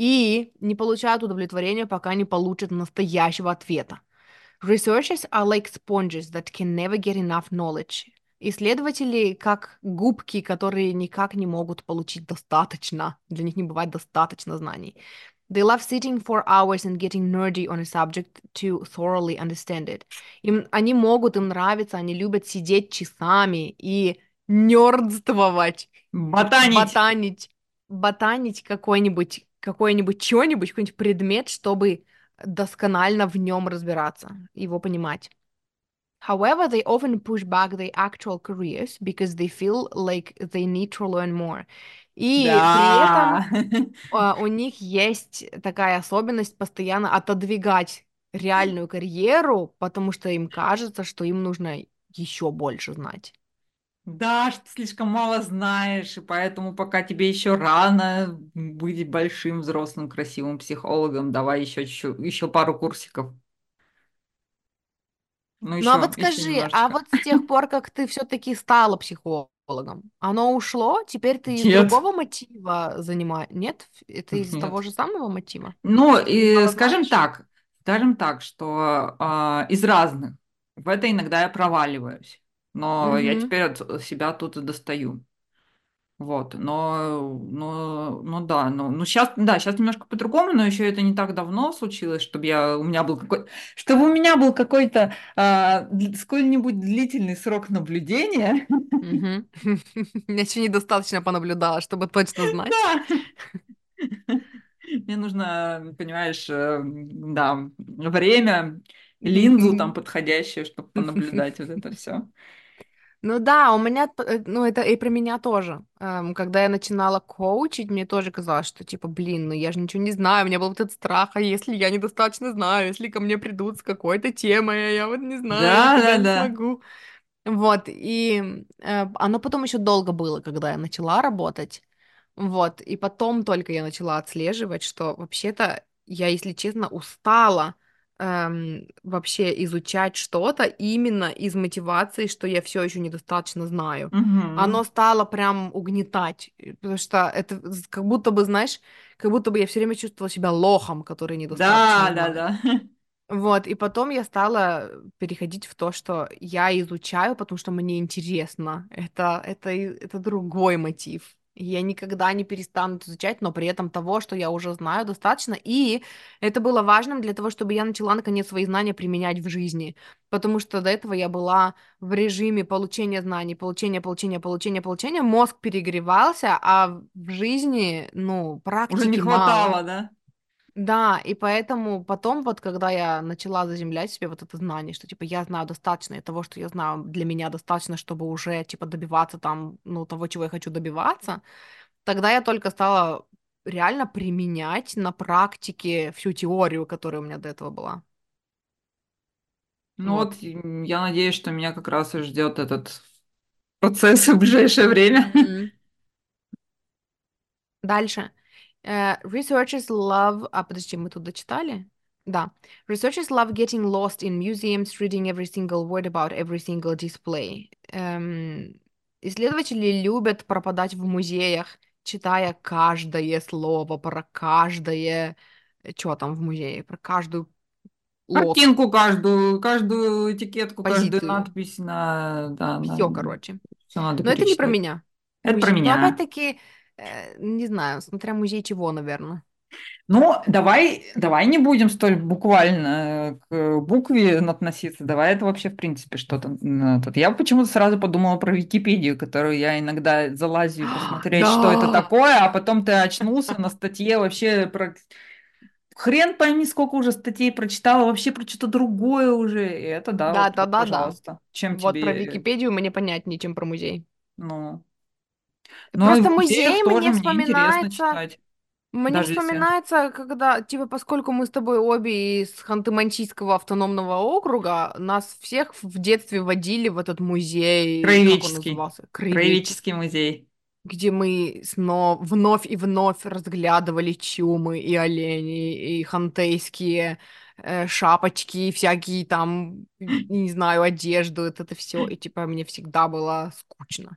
и не получают удовлетворения, пока не получат настоящего ответа. Researchers are like sponges that can never get enough knowledge. Исследователи как губки, которые никак не могут получить достаточно. Для них не бывает достаточно знаний. They love sitting for hours and getting nerdy on a subject to thoroughly understand it. Они могут, им нравится, они любят сидеть часами и нердствовать, Ботанить. ботанить, ботанить какой-нибудь что-нибудь, какой-нибудь предмет, чтобы досконально в нем разбираться, его понимать. However, they often push back their actual careers because they feel like they need to learn more. И при этом Да. у них есть такая особенность постоянно отодвигать реальную карьеру, потому что им кажется, что им нужно еще больше знать. Да, что ты слишком мало знаешь, и поэтому пока тебе еще рано быть большим, взрослым, красивым психологом, давай еще пару курсиков. Ну, Ну а вот еще скажи, а немножечко. вот с тех пор, как ты все-таки стала психологом, оно ушло? Теперь ты из Нет. другого мотива занимаешь? Нет? Это из того Нет. же самого мотива? Ну, Ты и мало знаешь? скажем так, что из разных. В это иногда я проваливаюсь, но я Угу, теперь от себя тут и достаю. Вот, ну да, ну сейчас, да, сейчас немножко по-другому, но еще это не так давно случилось, чтобы у меня был какой-то сколь-нибудь длительный срок наблюдения. угу. Я еще недостаточно понаблюдала, чтобы точно знать. Да, мне нужно, понимаешь, да, время, линзу там подходящую, чтобы понаблюдать вот это все. Ну да, у меня, ну это и про меня тоже. Когда я начинала коучить, мне тоже казалось, что типа, блин, ну я же ничего не знаю, у меня был вот этот страх, а если я недостаточно знаю, если ко мне придут с какой-то темой, а я вот не знаю, Да, никогда да, не да. смогу. Вот, и оно потом еще долго было, когда я начала работать. Вот, и потом только я начала отслеживать, что вообще-то я, если честно, устала вообще изучать что-то именно из мотивации, что я все еще недостаточно знаю. Мгм. Оно стало прям угнетать, потому что это как будто бы, знаешь, как будто бы я все время чувствовала себя лохом, который недостаточно Да, да, знает. да. Вот, и потом я стала переходить в то, что я изучаю, потому что мне интересно. Это другой мотив. И я никогда не перестану это изучать, но при этом того, что я уже знаю, достаточно. И это было важным для того, чтобы я начала, наконец, свои знания применять в жизни. Потому что до этого я была в режиме получения знаний, получения. Мозг перегревался, а в жизни, ну, Уже не практики мало. хватало, да? Да, и поэтому потом, вот когда я начала заземлять себе вот это знание, что, типа, я знаю достаточно, и того, что я знаю, для меня достаточно, чтобы уже, типа, добиваться там, ну, того, чего я хочу добиваться, тогда я только стала реально применять на практике всю теорию, которая у меня до этого была. Ну вот, Вот. я надеюсь, что меня как раз и ждет этот процесс в ближайшее время. Мгм. Дальше. Researchers love... А, подожди, мы тут дочитали? Да. Researchers love getting lost in museums, reading every single word about every single display. Исследователи любят пропадать в музеях, читая каждое слово про каждое... Что там в музее? Про каждую... лот, Картинку каждую этикетку, каждую позицию, надпись на все, короче. все надо Но это не про перечитывать. меня. Это про Но меня. опять-таки, не знаю, смотря музей чего, наверное. Ну, давай не будем столь буквально к букве относиться. Давай это вообще, в принципе, что-то. Тут. Я почему-то сразу подумала про Википедию, которую я иногда залазю посмотреть, что это Да, такое, а потом ты очнулся на статье вообще про... Хрен пойми, сколько уже статей прочитала, вообще про что-то другое уже. И это, да, да, вот, да, да, да. пожалуйста. Чем Вот про тебе, Википедию мне понятнее, чем про музей. ну... Но и в Просто музеях музей тоже мне интересно читать, мне даже если... вспоминается, когда, типа, поскольку мы с тобой обе из Ханты-Мансийского автономного округа, нас всех в детстве водили в этот музей, как он Краеведческий. назывался? Краеведческий, Краеведческий музей. где мы вновь и вновь разглядывали чумы и олени, и хантейские шапочки, и всякие там, не знаю, одежду, это все, и, типа, мне всегда было скучно.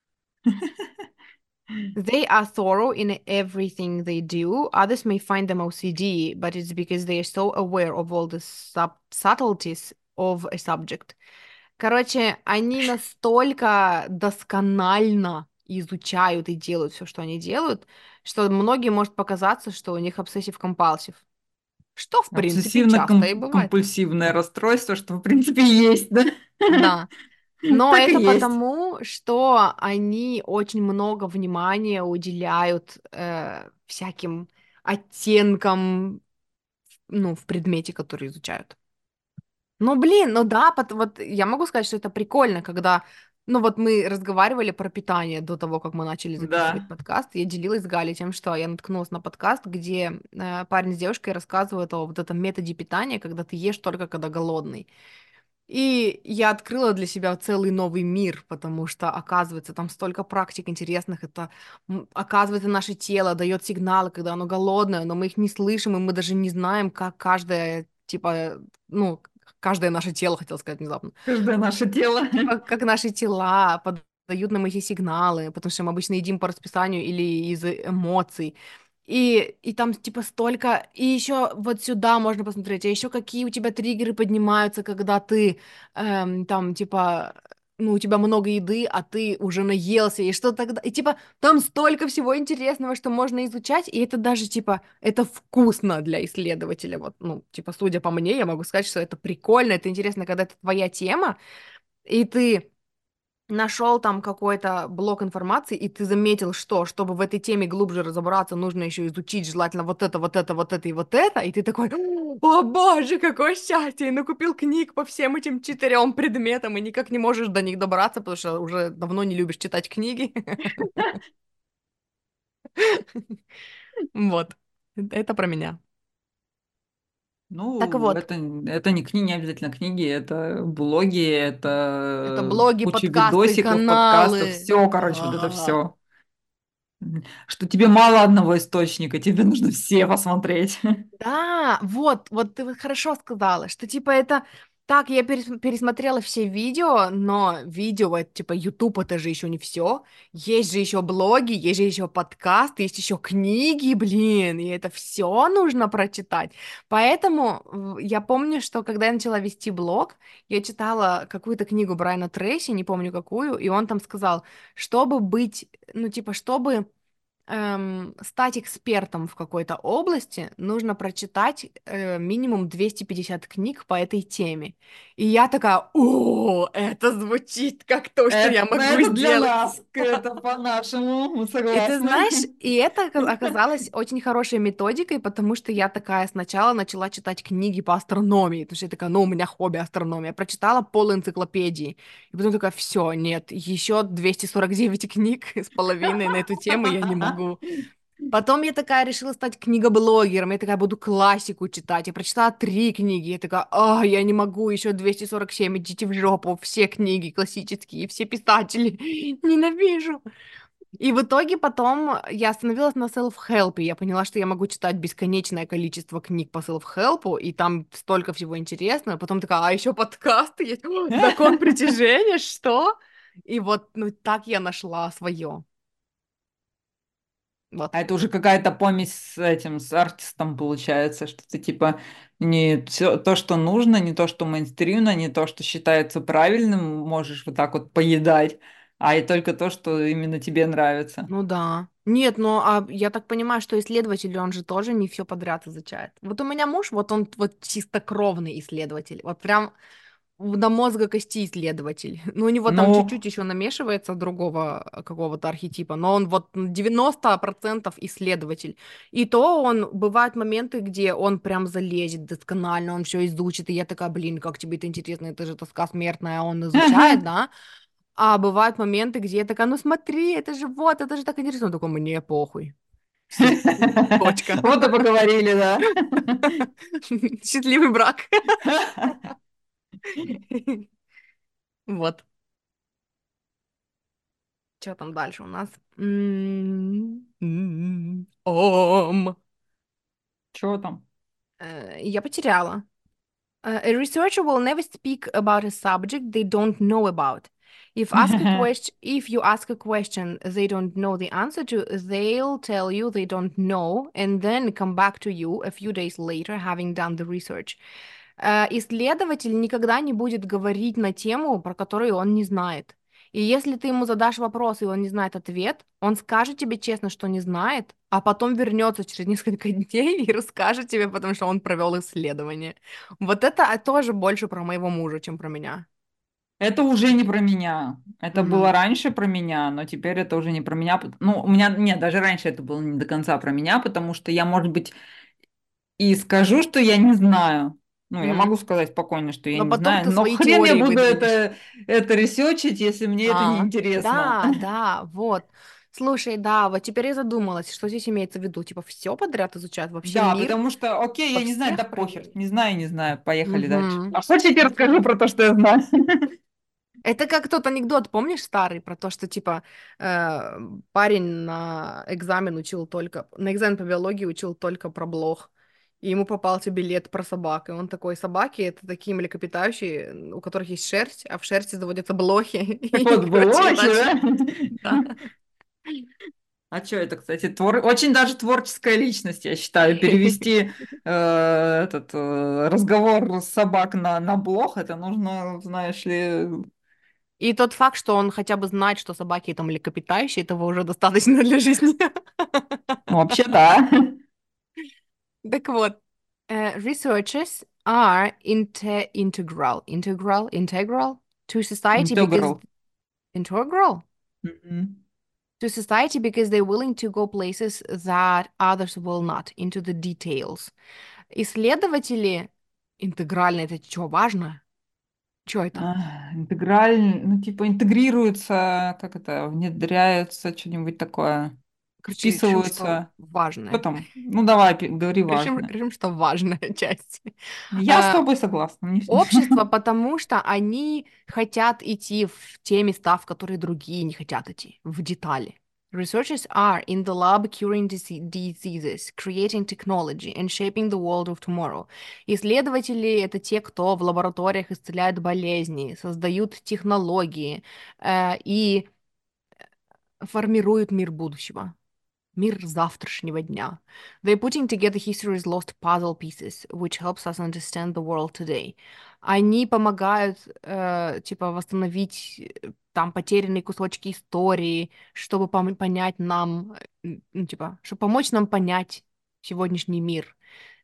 They are thorough in everything they do. Others may find them OCD, but it's because they are so aware of all the subtleties of a subject. Короче, они настолько досконально изучают и делают все, что они делают, что многим может показаться, что у них обсессив-компалсив. Что, в принципе, часто и бывает. Обсессивно-компульсивное расстройство, что в принципе есть, да? Да. Но Так и это есть. потому, что они очень много внимания уделяют всяким оттенкам, ну, в предмете, который изучают. Ну, блин, ну да, вот я могу сказать, что это прикольно, когда, ну, вот мы разговаривали про питание до того, как мы начали записывать Да. подкаст. Я делилась с Галей тем, что я наткнулась на подкаст, где парень с девушкой рассказывают о вот этом методе питания, когда ты ешь только когда голодный. И я открыла для себя целый новый мир, потому что, оказывается, там столько практик интересных. Это, оказывается, наше тело дает сигналы, когда оно голодное, но мы их не слышим, и мы даже не знаем, как каждое, типа, ну, каждое наше тело, хотел сказать внезапно, Каждое наше тело. типа, как наши тела подают нам эти сигналы, потому что мы обычно едим по расписанию или из эмоций. И там, типа, столько... И еще вот сюда можно посмотреть, а еще какие у тебя триггеры поднимаются, когда ты там, типа, ну, у тебя много еды, а ты уже наелся, и что тогда? И, типа, там столько всего интересного, что можно изучать, и это даже, типа, это вкусно для исследователя. Вот, ну, типа, судя по мне, я могу сказать, что это прикольно, это интересно, когда это твоя тема, и ты нашел там какой-то блок информации, и ты заметил, что, чтобы в этой теме глубже разобраться, нужно еще изучить желательно вот это, вот это, вот это и вот это, и ты такой, о боже, какое счастье, и накупил книг по всем этим 4 предметам, и никак не можешь до них добраться, потому что уже давно не любишь читать книги. Вот, это про меня. Так Ну, вот, это не книги, не обязательно книги, это блоги, это это блоги, куча подкасты, видосиков, подкастов, каналы. все, короче, вот это все. Что тебе мало одного источника, тебе нужно все посмотреть. Да, вот ты вот хорошо сказала, что типа это так, я пересмотрела все видео, но видео, это типа YouTube, это же еще не все. Есть же еще блоги, есть же еще подкасты, есть еще книги, блин, и это все нужно прочитать. Поэтому я помню, что когда я начала вести блог, я читала какую-то книгу Брайана Трейси, не помню какую, и он там сказал, чтобы быть, ну типа, чтобы стать экспертом в какой-то области, нужно прочитать минимум 250 книг по этой теме. И я такая, о, это звучит как то, что я могу Это для сделать. нас, это по-нашему, мы И ты согласны. знаешь, и это оказалось очень хорошей методикой, потому что я такая сначала начала читать книги по астрономии, потому что я такая, ну, у меня хобби астрономия. Прочитала пол энциклопедии. И потом такая, все, нет, еще 249 книг с половиной на эту тему я не могу. Потом я такая решила стать книгоблогером, я такая буду классику читать. Я прочитала 3 книги, я такая, я не могу, еще 247, идите в жопу, все книги классические, все писатели, ненавижу. И в итоге потом я остановилась на self-help, и я поняла, что я могу читать бесконечное количество книг по self-help, и там столько всего интересного. Потом такая, а еще подкасты есть, закон притяжения, что? И вот, ну, так я нашла свое. А Вот. это уже какая-то помесь с этим, с артистом получается, что ты типа не все то, что нужно, не то, что мейнстримно, не то, что считается правильным, можешь вот так вот поедать, а и только то, что именно тебе нравится. Ну да. Нет, ну а я так понимаю, что исследователь, он же тоже не все подряд изучает. Вот у меня муж, вот он вот чистокровный исследователь. Вот прям до мозга кости исследователь. Ну, у него там Ну, чуть-чуть еще намешивается другого какого-то архетипа, но он вот 90% исследователь. И то он, бывают моменты, где он прям залезет досконально, он все изучит, и я такая, блин, как тебе это интересно, это же тоска смертная, а он изучает, да? А бывают моменты, где я такая, ну смотри, это же вот, это же так интересно. Он такой, мне похуй. Все, точка. вот и поговорили, да. Счастливый брак. Вот. Что там дальше у нас? Чего там? Я потеряла. A researcher will never speak about a subject they don't know about. If you ask a question they don't know the answer to, they'll tell you they don't know and then come back to you a few days later, having done the research. Исследователь никогда не будет говорить на тему, про которую он не знает. И если ты ему задашь вопрос, и он не знает ответ, он скажет тебе честно, что не знает, а потом вернется через несколько дней и расскажет тебе, потому что он провел исследование. Вот это тоже больше про моего мужа, чем про меня. Это уже не про меня. Это было Мгм. раньше про меня, но теперь это уже не про меня. Ну, у меня, нет, даже раньше это было не до конца про меня, потому что я, может быть, и скажу, что я не знаю. Ну, я Мгм. могу сказать спокойно, что я Но не потом знаю, ты но свои хрен я теории буду выдвинешь. это ресечить, если мне это не интересно. Да, да, вот. Слушай, да, вот теперь я задумалась, что здесь имеется в виду. Типа все подряд изучают, вообще Да, мир потому что, окей, во я не знаю, да всех похер, проявлениях. не знаю, не знаю, поехали дальше. Мгм. А хочешь, я тебе расскажу про то, что я знаю? Это как тот анекдот, помнишь, старый, про то, что, типа, э, парень на экзамен по биологии учил только про блох, и ему попался билет про собак, и он такой, собаки — это такие млекопитающие, у которых есть шерсть, а в шерсти заводятся блохи, Так и, вот, короче, и блохи, дальше, да? да. А что это, кстати, очень даже творческая личность, я считаю. Перевести разговор с собак на блог, это нужно, знаешь ли, И тот факт, что он хотя бы знает, что собаки — это млекопитающие, этого уже достаточно для жизни. ну, вообще, да. Так вот, researchers are integral to society because Integral. integral Мгм. to society because they're willing to go places that others will not, into the details. Исследователи интегрально это что, важно? Что это? Интеграль, ну, типа, интегрируются, как это, внедряются, что-нибудь такое, Короче, решим, что вписываются. Что важное. там? Ну, давай, говори Решим, важное. решим, что важная часть. Я с Э, тобой согласна. Общество, потому что они хотят идти в те места, в которые другие не хотят идти, в детали. Researchers are in the lab curing diseases, creating technology and shaping the world of tomorrow. Исследователи — это те, кто в лабораториях исцеляют болезни, создают технологии и формируют мир будущего. Мир завтрашнего дня. They're putting together history's lost puzzle pieces, which helps us understand the world today. Они помогают, типа, восстановить там потерянные кусочки истории, чтобы понять нам, ну, типа, чтобы помочь нам понять сегодняшний мир.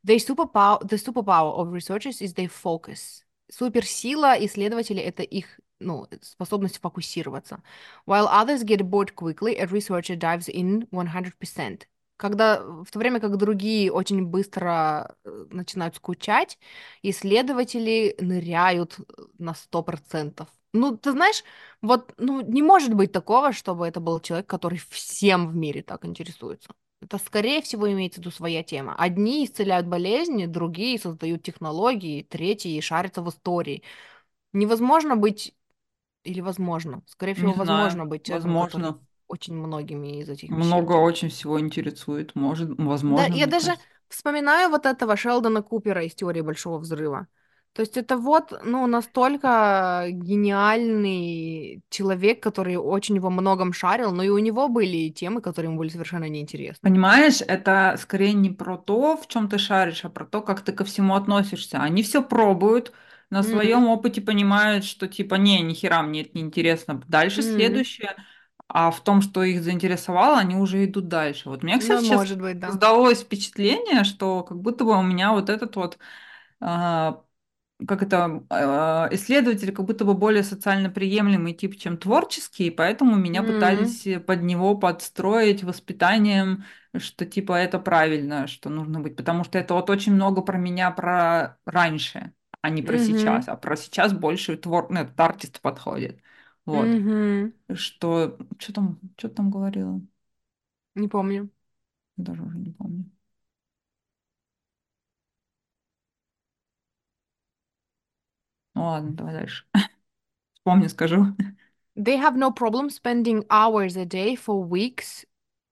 The superpower of researchers is their focus. Суперсила исследователей — это их, ну, способность фокусироваться. While others get bored quickly, a researcher dives in 100%. В то время как другие очень быстро начинают скучать, исследователи ныряют на 100%. Ну, ты знаешь, вот, ну, не может быть такого, чтобы это был человек, который всем в мире так интересуется. Это, скорее всего, имеется в виду своя тема. Одни исцеляют болезни, другие создают технологии, третьи шарятся в истории. Невозможно быть или возможно? Скорее Не всего, знаю. возможно быть человеком, который Возможно. очень многими из этих вещей Много очень интересуется. всего интересует. Может, Да, возможно, я мне даже кажется. вспоминаю вот этого Шелдона Купера из «Теории Большого Взрыва». То есть это вот, ну, настолько гениальный человек, который очень во многом шарил, но и у него были и темы, которые ему были совершенно неинтересны. Понимаешь, это скорее не про то, в чем ты шаришь, а про то, как ты ко всему относишься. Они все пробуют, на своем М, опыте понимают, что типа, не, ни хера мне это не интересно. Дальше м. следующее, а в том, что их заинтересовало, они уже идут дальше. Вот у меня, кстати, Ну, сейчас может быть, да. создалось впечатление, что как будто бы у меня вот этот вот а, как это, исследователь как будто бы более социально приемлемый тип, чем творческий, и поэтому меня М, пытались под него подстроить воспитанием, что типа это правильно, что нужно быть, потому что это вот очень много про меня, про раньше, а не про мгм, сейчас, а про сейчас больше ну, этот артист подходит. Вот. мгм. Что там говорила? Не помню. Даже уже не помню. Ну ладно, давай дальше. Вспомню, скажу. They have no problem spending hours a day for weeks,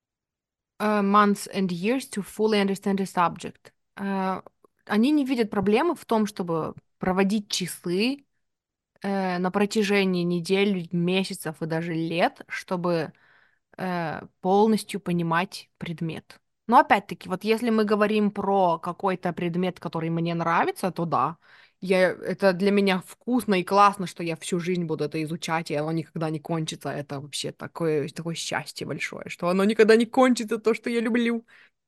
months and years to fully understand a subject. Они не видят проблемы в том, чтобы проводить часы на протяжении недель, месяцев и даже лет, чтобы полностью понимать предмет. Но опять-таки, вот если мы говорим про какой-то предмет, который мне нравится, то да, это для меня вкусно и классно, что я всю жизнь буду это изучать, и оно никогда не кончится. Это вообще такое счастье большое, что оно никогда не кончится, то, что я люблю.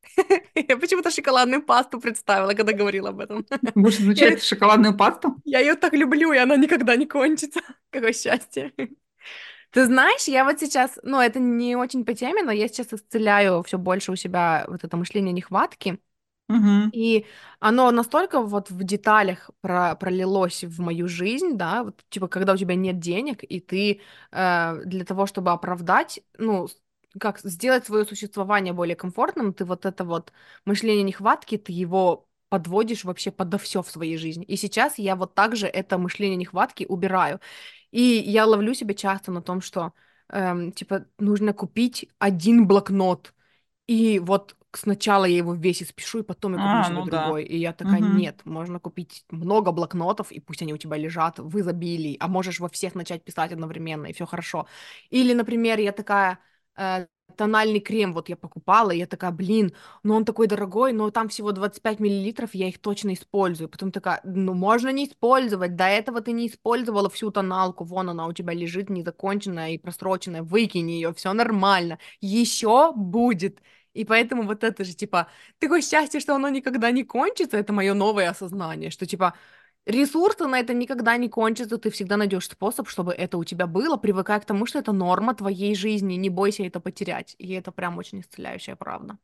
Я почему-то шоколадную пасту представила, когда говорила об этом. Будешь Я, изучать шоколадную пасту? я ее так люблю, и она никогда не кончится. Какое счастье. Ты знаешь, я вот сейчас, ну, это не очень по теме, но я сейчас исцеляю все больше у себя вот это мышление нехватки. Угу. И оно настолько вот в деталях пролилось в мою жизнь, да, вот типа когда у тебя нет денег, и ты для того, чтобы оправдать, ну, как сделать свое существование более комфортным, ты вот это вот мышление нехватки, ты его подводишь вообще подо все в своей жизни. И сейчас я вот так же это мышление нехватки убираю. И я ловлю себя часто на том, что типа нужно купить один блокнот, и вот сначала я его весь испишу, и потом я куплю себе Ну да. другой. И я такая, Мгм. нет, можно купить много блокнотов, и пусть они у тебя лежат в изобилии, а можешь во всех начать писать одновременно, и все хорошо. Или, например, я такая, тональный крем вот я покупала, и я такая, блин, но он такой дорогой, но там всего 25 миллилитров, я их точно использую. Потом такая, ну, можно не использовать, до этого ты не использовала всю тоналку, вон она у тебя лежит незаконченная и просроченная, выкинь ее, все нормально, еще будет. И поэтому вот это же, типа, такое счастье, что оно никогда не кончится, это мое новое осознание, что, типа, ресурсы на это никогда не кончатся, ты всегда найдешь способ, чтобы это у тебя было, привыкай к тому, что это норма твоей жизни, не бойся это потерять. И это прям очень исцеляющая правда.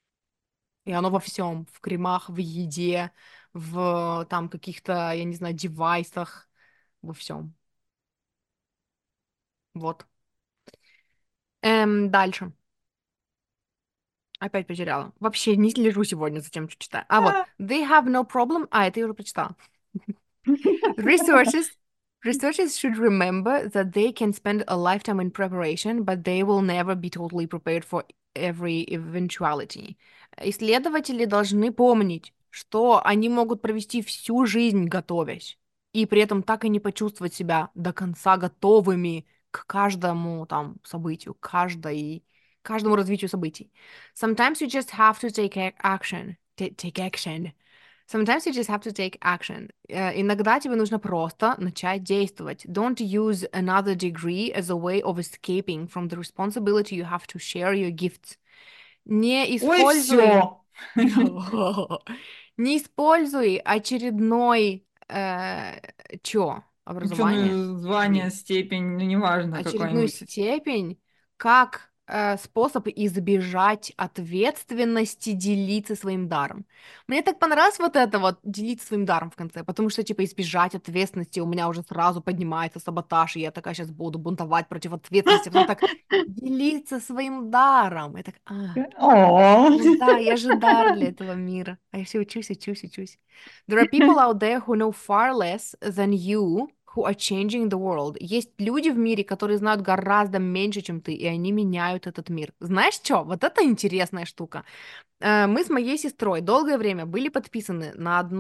И оно во всем, в кремах, в еде, в там каких-то, я не знаю, девайсах, во всем. Вот. Дальше. Опять потеряла. Вообще не слежу сегодня за тем, что читаю. А вот. They have no problem. А, это я уже прочитала. Researchers Researchers should remember that they can spend a lifetime in preparation, but they will never be totally prepared for every eventuality. Исследователи должны помнить, что они могут провести всю жизнь готовясь, и при этом так и не почувствовать себя до конца готовыми к каждому там событию, каждому развитию событий. Sometimes you just have to take action. Take action. Sometimes you just have to take action. Иногда тебе нужно просто начать действовать. Don't use another degree as a way of escaping from the responsibility you have to share your gifts. Не Ой, используй, все. не используй очередной, образование? Ученое звание, Degree степень, ну неважно, очередную какой-нибудь. степень как способ избежать ответственности делиться своим даром. Мне так понравилось вот это вот делиться своим даром в конце, потому что типа избежать ответственности у меня уже сразу поднимается саботаж, и я такая сейчас буду бунтовать против ответственности, а потом так делиться своим даром. Я так, О, ну да, я же дар для этого мира. А я все учусь, учусь, учусь. There are people out there who know far less than you, who are changing the world. Есть люди в мире, которые знают гораздо меньше, чем ты, и они меняют этот мир. Знаешь что? Вот это интересная штука. Мы с моей сестрой долгое время были подписаны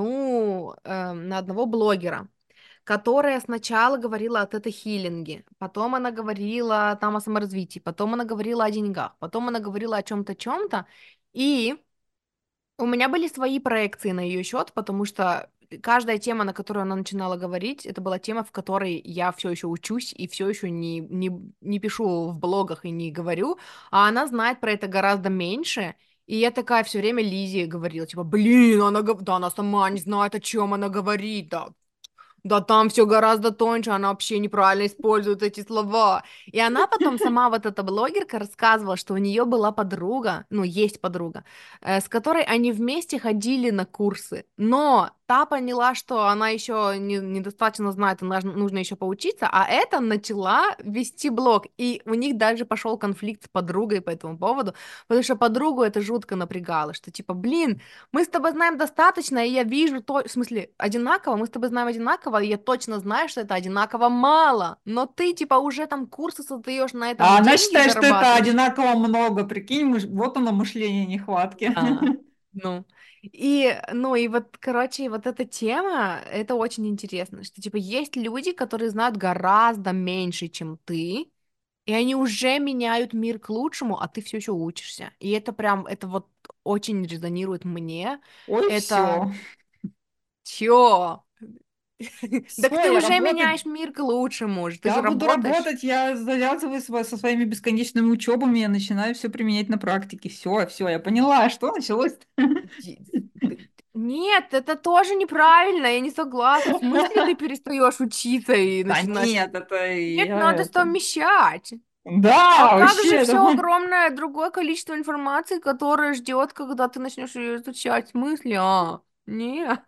на одного блогера, которая сначала говорила о тета-хиллинге, потом она говорила там о саморазвитии, потом она говорила о деньгах, потом она говорила о чем-то, и у меня были свои проекции на ее счет, потому что каждая тема, на которую она начинала говорить, это была тема, в которой я все еще учусь и все еще не пишу в блогах и не говорю, а она знает про это гораздо меньше. И я такая все время Лизе говорила, типа, блин, да, она сама не знает, о чем она говорит, да там все гораздо тоньше, она вообще неправильно использует эти слова. И она потом сама, вот эта блогерка, рассказывала, что у нее была подруга, ну, есть подруга, с которой они вместе ходили на курсы. Но та поняла, что она еще недостаточно знает, и нужно еще поучиться, а эта начала вести блог. И у них даже пошел конфликт с подругой по этому поводу, потому что подругу это жутко напрягало, что типа, блин, мы с тобой знаем достаточно, и я вижу то, в смысле, одинаково, мы с тобой знаем одинаково, и я точно знаю, что это одинаково мало, но ты, типа, уже там курсы создаешь, на А этом она деньги считает, что это зарабатываешь. одинаково много. Прикинь, вот оно мышление нехватки. Да. Ну, ну, и вот, короче, вот эта тема, это очень интересно, что, типа, есть люди, которые знают гораздо меньше, чем ты, и они уже меняют мир к лучшему, а ты все еще учишься. И это прям, это вот очень резонирует мне. Ой, Это все. чё? Так Все, ты я уже работать. меняешь мир к лучшему же, ты же Я буду работаешь. работать, я завязываю со своими бесконечными учебами, я начинаю все применять на практике. Все, все, я поняла, что началось. Ди- Нет, это тоже неправильно, я не согласна. В смысле ты перестаешь учиться и Да начинаешь... нет, это Нет, я надо это. совмещать. А Да, как же вообще, все это. огромное другое количество информации, которое ждет, когда ты начнешь ее изучать? В смысле? Нет.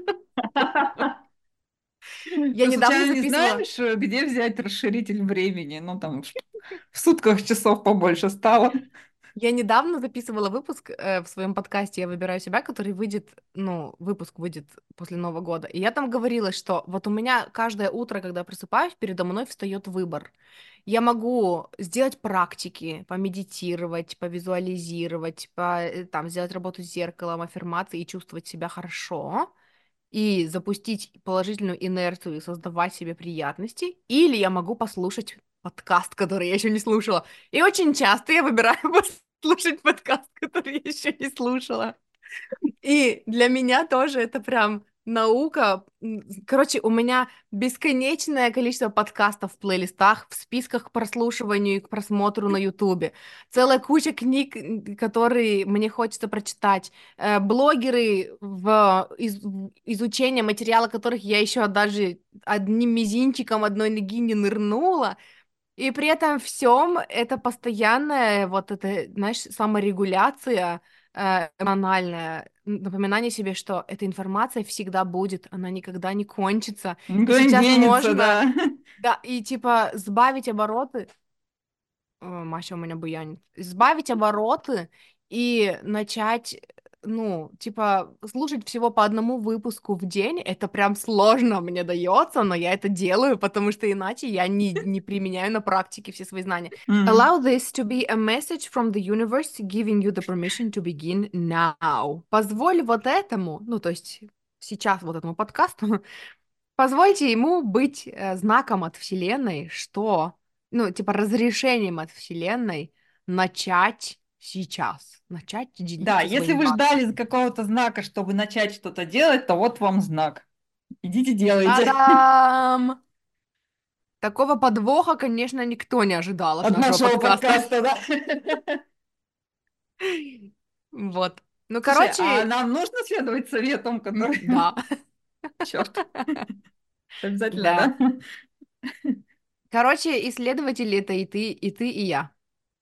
Я Ты недавно случайно не записывала. знаешь, где взять расширитель времени? Ну, там, в сутках часов побольше стало. Я недавно записывала выпуск в своем подкасте «Я выбираю себя», который выйдет, ну, выпуск выйдет после Нового года. И я там говорила, что вот у меня каждое утро, когда я просыпаюсь, передо мной встает выбор. Я могу сделать практики, помедитировать, повизуализировать, там, сделать работу с зеркалом, аффирмации и чувствовать себя хорошо, и запустить положительную инерцию и создавать себе приятности, или я могу послушать подкаст, который я еще не слушала. И очень часто я выбираю послушать подкаст, который я еще не слушала. И для меня тоже это прям наука. Короче, у меня бесконечное количество подкастов в плейлистах, в списках к прослушиванию и к просмотру на Ютубе. Целая куча книг, которые мне хочется прочитать. Блогеры в изучение материала, которых я еще даже одним мизинчиком одной ноги не нырнула. И при этом всем это постоянная вот это, знаешь, саморегуляция эмоциональная, напоминание себе, что эта информация всегда будет, она никогда не кончится. И Никуда не сейчас денется, можно, да. да, и типа сбавить обороты. Маша у меня буянит. Сбавить обороты и начать, ну, типа, слушать всего по одному выпуску в день, это прям сложно мне дается, но я это делаю, потому что иначе я не применяю на практике все свои знания. М. Allow this to be a message from the universe giving you the permission to begin now. Позволь вот этому, ну, то есть сейчас вот этому подкасту, позвольте ему быть знаком от Вселенной, что, ну, типа разрешением от Вселенной начать сейчас, начать Да, делиться если своими вы ждали базовыми. какого-то знака, чтобы начать что-то делать, то вот вам знак. Идите делайте. Та-дам! Такого подвоха, конечно, никто не ожидал от От нашего нашего подкаста. подкаста, да. Вот. Ну, Слушай, а короче, нам нужно следовать советам, которые... да, Черт, обязательно, да. да? Короче, исследователи это и ты, и я.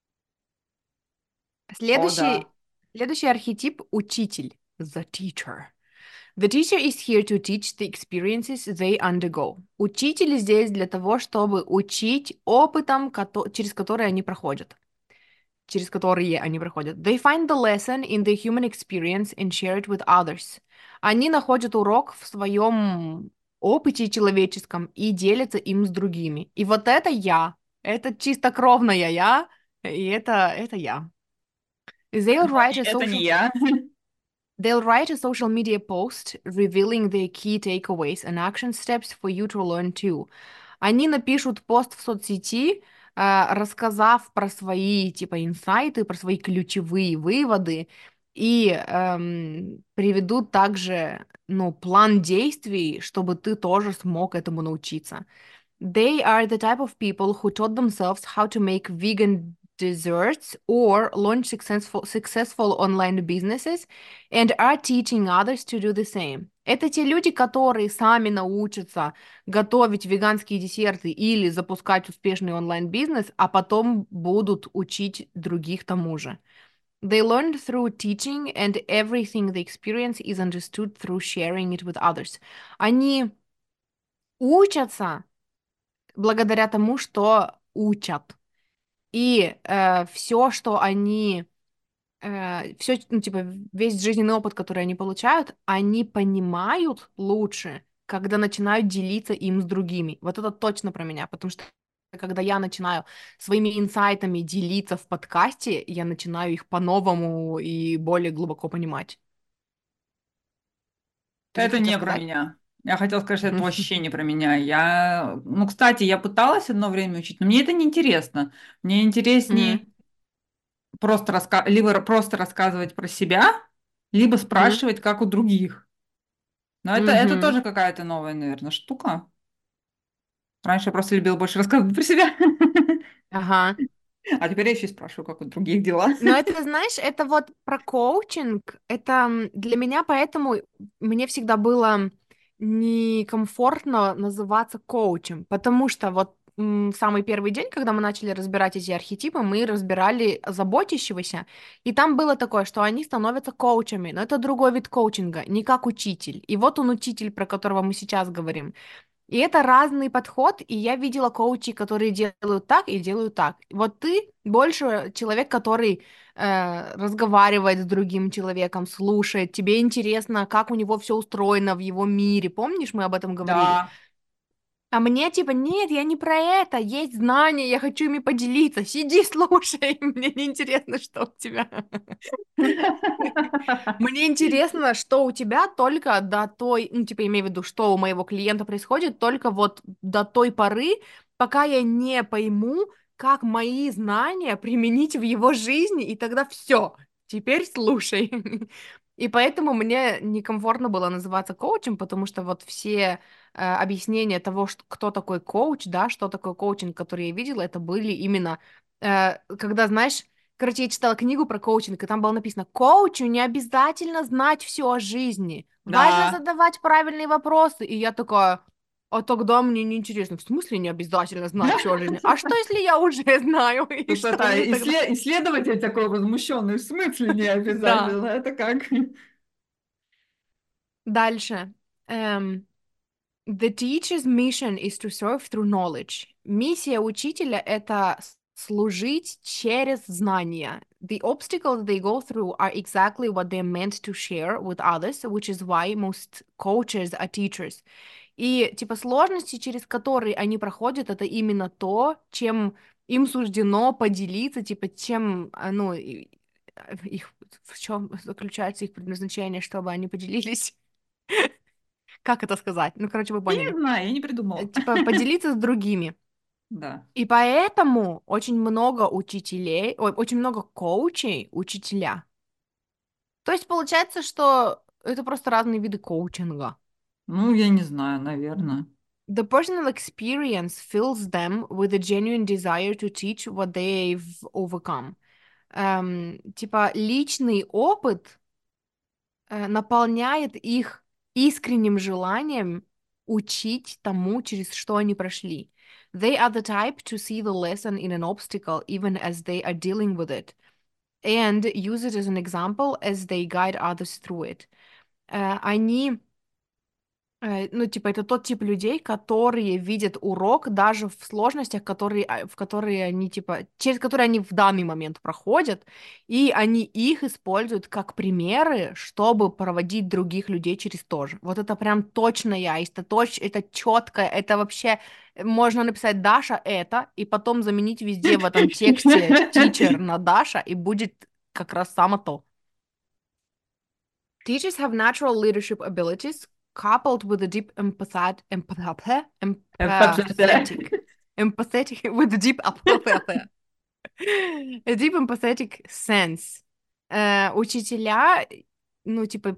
О, Следующий, да. следующий архетип — учитель. The teacher. The teacher is here to teach the experiences they undergo. Учитель здесь для того, чтобы учить опытом, через которые они проходят. Через которые они проходят. They find the lesson in the human experience and share it with others. Они находят урок в своем опыте человеческом и делятся им с другими. И вот это я. Это чистокровная я, и это я. They'll write a Это не social я. They'll write a social media post revealing their key takeaways and action steps for you to learn too. Они напишут пост в соцсети, рассказав про свои типа инсайты, про свои ключевые выводы и приведут также, ну, план действий, чтобы ты тоже смог этому научиться. They are the type of people who taught themselves how to make vegan desserts or launch successful online businesses and are teaching others to do the same. Это те люди, которые сами научатся готовить веганские десерты или запускать успешный онлайн-бизнес, а потом будут учить других тому же. They learned through teaching, and everything they experience is understood through sharing it with others. Они учатся благодаря тому, что учат. И все, что они, все, ну, типа, весь жизненный опыт, который они получают, они понимают лучше, когда начинают делиться им с другими. Вот это точно про меня, потому что когда я начинаю своими инсайтами делиться в подкасте, я начинаю их по-новому и более глубоко понимать. Ты что-то Это хотел не про сказать? меня. Я хотела сказать, что это вообще не про меня. Ну, кстати, я пыталась одно время учить, но мне это не интересно. Мне интереснее Мгм. либо просто рассказывать про себя, либо Мгм. спрашивать, как у других. Но это Мгм. тоже какая-то новая, наверное, штука. Раньше я просто любила больше рассказывать про себя. Ага. А теперь я еще и спрашиваю, как у других дела. Но это, знаешь, это вот про коучинг, это для меня, поэтому мне всегда было некомфортно называться коучем, потому что вот в самый первый день, когда мы начали разбирать эти архетипы, мы разбирали заботящегося, и там было такое, что они становятся коучами, но это другой вид коучинга, не как учитель. И вот он учитель, про которого мы сейчас говорим. И это разный подход, и я видела коучей, которые делают так и делают так. Вот ты больше человек, который разговаривает с другим человеком, слушает, тебе интересно, как у него все устроено в его мире. Помнишь, мы об этом говорили? Да. А мне типа, нет, я не про это, есть знания, я хочу ими поделиться. Сиди, слушай, мне не интересно, что у тебя. Мне интересно, что у тебя только до той, ну, типа, имею в виду, что у моего клиента происходит только вот до той поры, пока я не пойму, как мои знания применить в его жизни, и тогда все, теперь слушай. И поэтому мне некомфортно было называться коучем, потому что вот все объяснения того, что, кто такой коуч, да, что такое коучинг, который я видела, это были именно, когда, знаешь, короче, я читала книгу про коучинг, и там было написано: коучу не обязательно знать все о жизни. Важно Да. задавать правильные вопросы. И я такая, а тогда мне не интересно. В смысле не обязательно знать все о жизни? А что, если я уже знаю? И Тут что это мне тогда? исследователь такой возмущенный, в смысле не Да. обязательно, это как? Дальше. The teacher's mission is to serve through knowledge. Миссия учителя — это служить через знания. The obstacles they go through are exactly what they're meant to share with others, which is why most coaches are teachers. И типа сложности, через которые они проходят, это именно то, чем им суждено поделиться, типа чем, ну, их, в чем заключается их предназначение, чтобы они поделились. Как это сказать? Ну, короче, вы Я не поняли. знаю, я не придумала. Типа поделиться с другими. Да. И поэтому очень много учителей, ой, очень много коучей, учителя. То есть получается, что это просто разные виды коучинга. Ну, я не знаю, наверное. The personal experience fills them with a genuine desire to teach what they've overcome. Типа личный опыт наполняет их искренним желанием учить тому, через что они прошли. They are the type to see the lesson in an obstacle even as they are dealing with it, and use it as an example as they guide others through it. Они Ну, типа, это тот тип людей, которые видят урок даже в сложностях, в которые они, типа, через которые они в данный момент проходят, и они их используют как примеры, чтобы проводить других людей через то же. Вот это прям точно я, это четко, это вообще можно написать Даша это, и потом заменить везде в этом тексте teacher на Даша, и будет как раз само то. Teachers have natural leadership abilities coupled with a deep empathetic with a deep a deep empathetic sense. Учителя, ну, типа,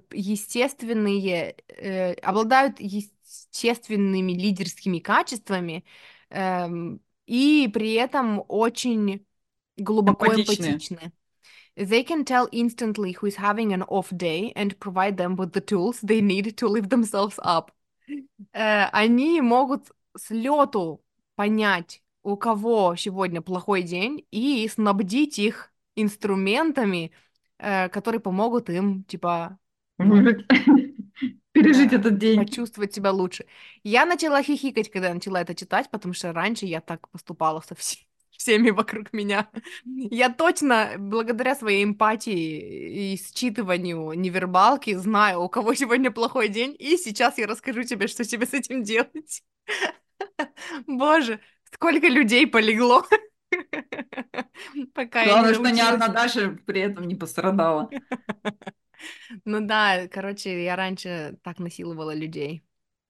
обладают естественными лидерскими качествами, и при этом очень глубоко Эмпатичные. эмпатичны. They can tell instantly who is having an off day and provide them with the tools they need to lift themselves up. Они могут с лету понять, у кого сегодня плохой день, и снабдить их инструментами, которые помогут им, типа, ну, Выжить. Пережить этот день. почувствовать себя лучше. Я начала хихикать, когда я начала это читать, потому что раньше я так поступала со всеми вокруг меня. Я точно, благодаря своей эмпатии и считыванию невербалки, знаю, у кого сегодня плохой день, и сейчас я расскажу тебе, что тебе с этим делать. Боже, сколько людей полегло, пока я не Главное, что ни научилась. одна Даша при этом не пострадала. Ну да, короче, я раньше так насиловала людей.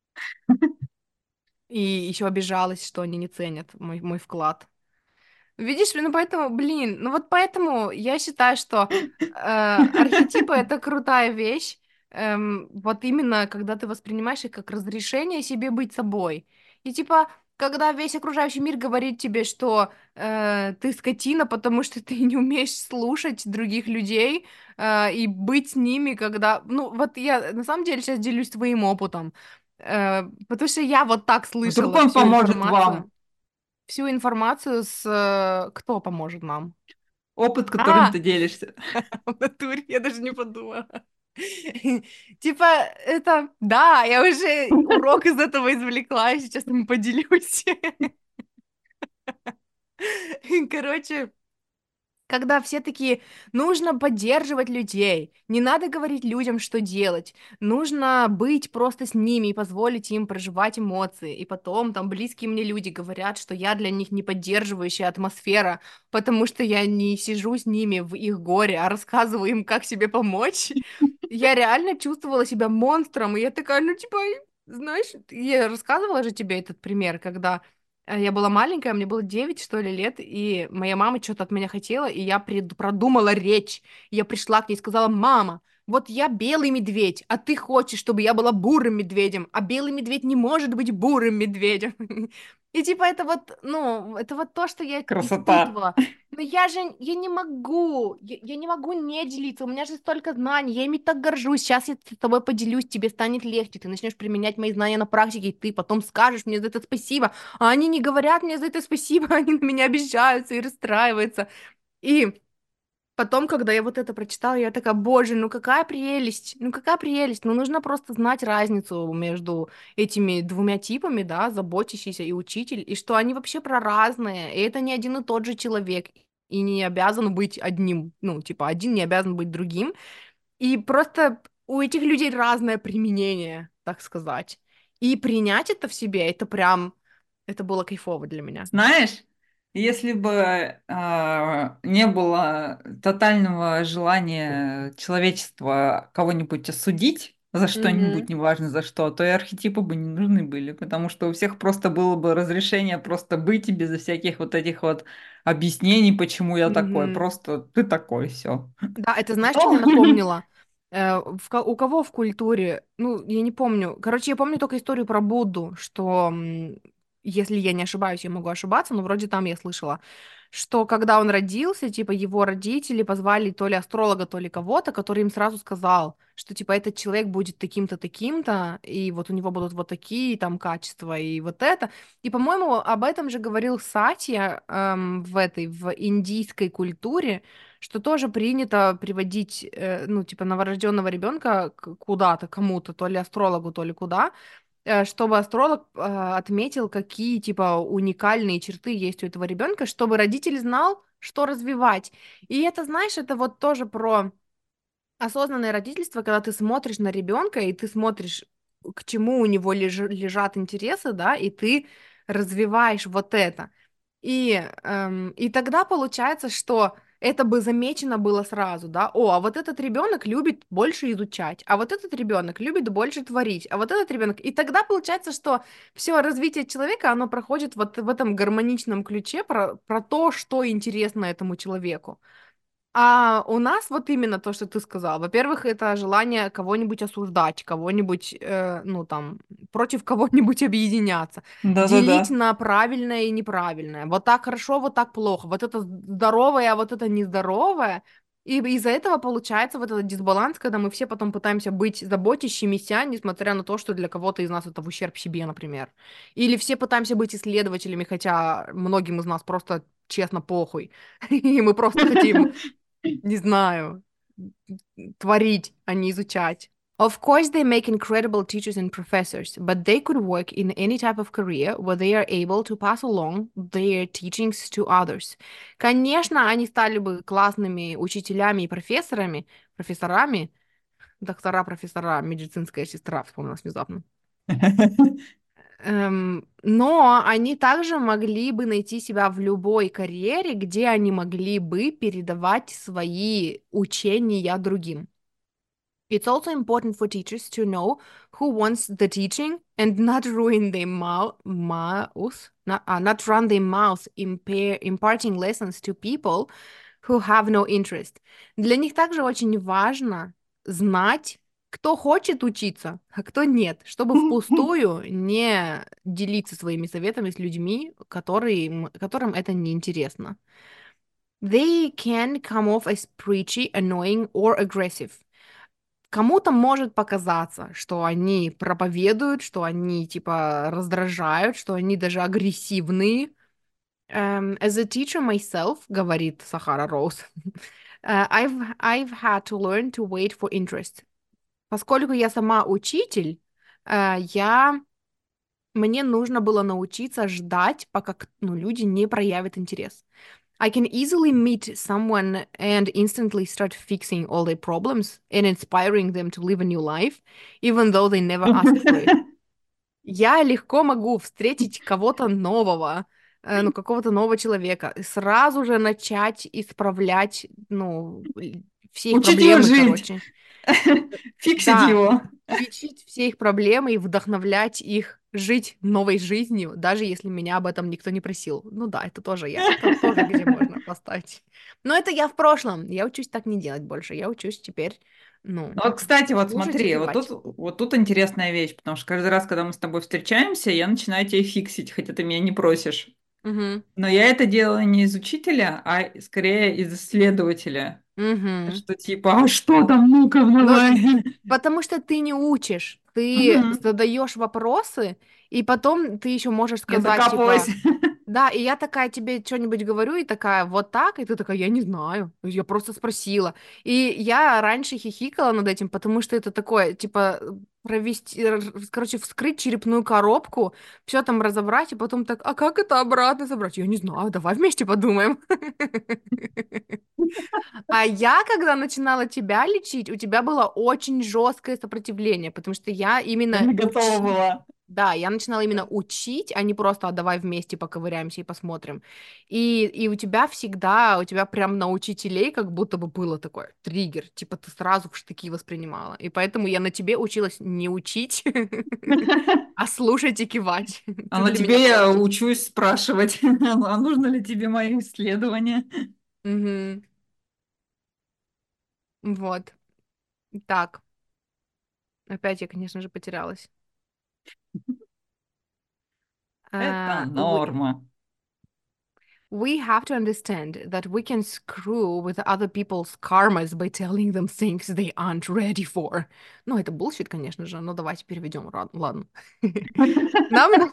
И еще обижалась, что они не ценят мой вклад. Видишь, ну поэтому, блин, ну вот поэтому я считаю, что архетипы это крутая вещь. Вот именно, когда ты воспринимаешь их как разрешение себе быть собой. И типа, когда весь окружающий мир говорит тебе, что ты скотина, потому что ты не умеешь слушать других людей и быть с ними, когда... Ну, вот я на самом деле сейчас делюсь своим опытом, потому что я вот так Вдруг слышала он поможет вам. всю информацию кто поможет нам? Опыт, которым А, ты делишься. в натуре, я даже не подумала. Типа, да, я уже урок из этого извлекла, и сейчас им поделюсь. Короче, когда все такие, нужно поддерживать людей, не надо говорить людям, что делать, нужно быть просто с ними и позволить им проживать эмоции. И потом там близкие мне люди говорят, что я для них не поддерживающая атмосфера, потому что я не сижу с ними в их горе, а рассказываю им, как себе помочь. Я реально чувствовала себя монстром, и я такая, ну типа, знаешь, я рассказывала же тебе этот пример, когда я была маленькая, мне было 9 что ли, лет, и моя мама что-то от меня хотела, и я продумала речь. Я пришла к ней и сказала: «Мама, вот я белый медведь, а ты хочешь, чтобы я была бурым медведем, а белый медведь не может быть бурым медведем». И типа это вот, ну, это вот то, что я Красота. испытывала. Но я не могу, я не могу не делиться, у меня же столько знаний, я ими так горжусь. Сейчас я с тобой поделюсь, тебе станет легче, ты начнешь применять мои знания на практике, и ты потом скажешь мне за это спасибо. А они не говорят мне за это спасибо, они на меня обижаются и расстраиваются. И потом, когда я вот это прочитала, я такая, боже, ну какая прелесть, ну нужно просто знать разницу между этими двумя типами, да, заботящийся и учитель, и что они вообще про разные, и это не один и тот же человек, и не обязан быть одним, ну, типа, один не обязан быть другим, и просто у этих людей разное применение, так сказать. И принять это в себе, это было кайфово для меня. Знаешь, если бы не было тотального желания человечества кого-нибудь осудить за что-нибудь, Угу, неважно за что, то и архетипы бы не нужны были, потому что у всех просто было бы разрешение просто быть и безо всяких вот этих вот объяснений, почему я такой. угу. Просто ты такой, все. Да, это знаешь, что мне напомнило? У кого в культуре, ну, я не помню. Короче, я помню только историю про Будду, что, если я не ошибаюсь, я могу ошибаться, но вроде там я слышала, что когда он родился, типа, его родители позвали то ли астролога, то ли кого-то, который им сразу сказал, что, типа, этот человек будет таким-то, таким-то, и вот у него будут вот такие там качества, и вот это. И, по-моему, об этом же говорил Сатья, в индийской культуре, что тоже принято приводить, ну, типа, новорожденного ребенка куда-то, кому-то, то ли астрологу, то ли куда, чтобы астролог отметил, какие, типа, уникальные черты есть у этого ребенка, чтобы родитель знал, что развивать. И это, знаешь, это вот тоже про осознанное родительство, когда ты смотришь на ребенка, и ты смотришь, к чему у него лежат интересы, да, и ты развиваешь вот это. И тогда получается, что это бы замечено было сразу, да, о, а вот этот ребенок любит больше изучать, а вот этот ребенок любит больше творить, а вот этот ребенок, и тогда получается, что все развитие человека, оно проходит вот в этом гармоничном ключе про то, что интересно этому человеку. А у нас вот именно то, что ты сказал. Во-первых, это желание кого-нибудь осуждать, кого-нибудь, ну там, против кого-нибудь объединяться, Да-да-да. делить на правильное и неправильное. Вот так хорошо, вот так плохо. Вот это здоровое, а вот это нездоровое. И из-за этого получается вот этот дисбаланс, когда мы все потом пытаемся быть заботящимися, несмотря на то, что для кого-то из нас это в ущерб себе, например. Или все пытаемся быть исследователями, хотя многим из нас просто честно похуй. И мы просто хотим не знаю, творить, а не изучать. Of course, they make incredible teachers and professors, but they could work in any type of career where they are able to pass along their teachings to others. Конечно, они стали бы классными учителями и профессорами, доктора, профессора, медицинская сестра, вспомнилась внезапно. Но они также могли бы найти себя в любой карьере, где они могли бы передавать свои учения другим. It's also important for teachers to know who wants the teaching and not ruin their not run their mouth imparting lessons to people who have no interest. Для них также очень важно знать, кто хочет учиться, а кто нет, чтобы впустую не делиться своими советами с людьми, которым это неинтересно. They can come off as preachy, annoying or aggressive. Кому-то может показаться, что они проповедуют, что они типа раздражают, что они даже агрессивные. As a teacher myself, говорит Сахара Роуз, I've had to learn to wait for interest. Поскольку я сама учитель, э, я мне нужно было научиться ждать, пока люди не проявят интерес. I can easily meet someone and instantly start fixing all their problems and inspiring them to live a new life, even though they never asked for it. Я легко могу встретить кого-то нового, какого-то нового человека, и сразу же начать исправлять, все их Учить его проблемы, жить, короче. фиксить Да, его. лечить все их проблемы и вдохновлять их жить новой жизнью, даже если меня об этом никто не просил. Ну да, это тоже я. Это тоже где можно поставить. Но это я в прошлом. Я учусь так не делать больше. Я учусь теперь, Ну вот, кстати, вот слушать и смотри, кивать. вот тут интересная вещь, потому что каждый раз, когда мы с тобой встречаемся, я начинаю тебя фиксить, хотя ты меня не просишь. Угу. Но я это делаю не из учителя, а скорее из исследователя. Угу. Что типа, а что там, ну-ка, Но давай. потому что ты не учишь, ты Мгм. задаешь вопросы, и потом ты еще можешь Я сказать, закапываюсь. типа, да, и я такая тебе что-нибудь говорю, и такая, вот так, и ты такая, я не знаю, я просто спросила. И я раньше хихикала над этим, потому что это такое, типа, короче, вскрыть черепную коробку, все там разобрать, и потом так, а как это обратно забрать? Я не знаю, давай вместе подумаем. А я, когда начинала тебя лечить, у тебя было очень жесткое сопротивление, потому что я Я именно не готова была. да, я начинала именно учить, а не просто, давай вместе поковыряемся и посмотрим. И у тебя прям на учителей как будто бы было такое триггер, типа ты сразу в штыки воспринимала. И поэтому я на тебе училась не учить, а слушать и кивать. А Ты на для меня тебе была я учитель. учусь спрашивать, а нужно ли тебе мои исследования? Мгм. Вот. Так, опять я, конечно же, потерялась. Это Uh, we, норма. we have to understand that we can screw with other people's karmas by telling them things they aren't ready for. Ну, это bullshit, конечно же, но давайте переведем, ладно. Нам,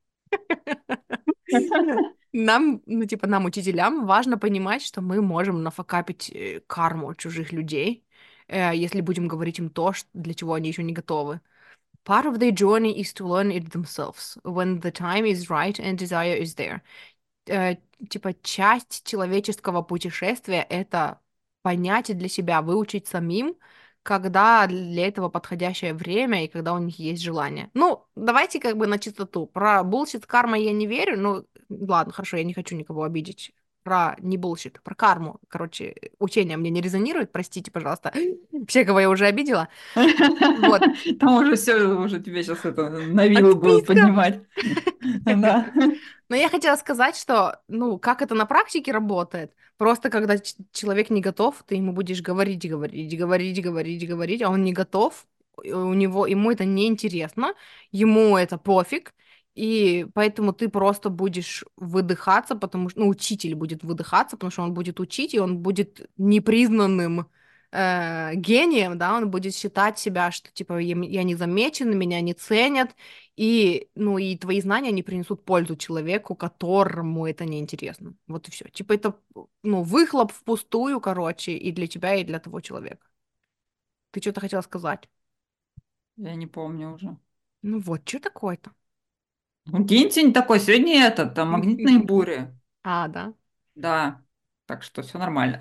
нам, учителям, важно понимать, что мы можем нафакапить карму чужих людей, если будем говорить им то, для чего они еще не готовы. Part of their journey is to learn it themselves when the time is right and desire is there. Э, типа часть человеческого путешествия — это понять для себя, выучить самим, когда для этого подходящее время и когда у них есть желание. Ну, давайте как бы на чистоту. Про bullshit карма я не верю. Ну, ладно, хорошо, я не хочу никого обидеть. Про не bullshit, про карму. Короче, учение мне не резонирует, простите, пожалуйста. Все, кого я уже обидела. Вот. Там уже все, уже тебе сейчас это на вилы будут Отписка! поднимать. Да. Но я хотела сказать, что, ну, как это на практике работает. Просто когда человек не готов, ты ему будешь говорить, говорить, говорить, говорить, говорить, а он не готов, у него, ему это неинтересно, ему это пофиг, и поэтому ты просто будешь выдыхаться, потому что, ну, учитель будет выдыхаться, потому что он будет учить, и он будет непризнанным гением, да, он будет считать себя, что, типа, я не замечен, меня не ценят, и, ну, и твои знания не принесут пользу человеку, которому это неинтересно. Вот и все. Типа это, ну, выхлоп впустую, короче, и для тебя, и для того человека. Ты что-то хотела сказать? Я не помню уже. Ну вот, что такое-то? Ну, Гинтинь такой, сегодня этот, там магнитные бури. А, да. Да, так что все нормально.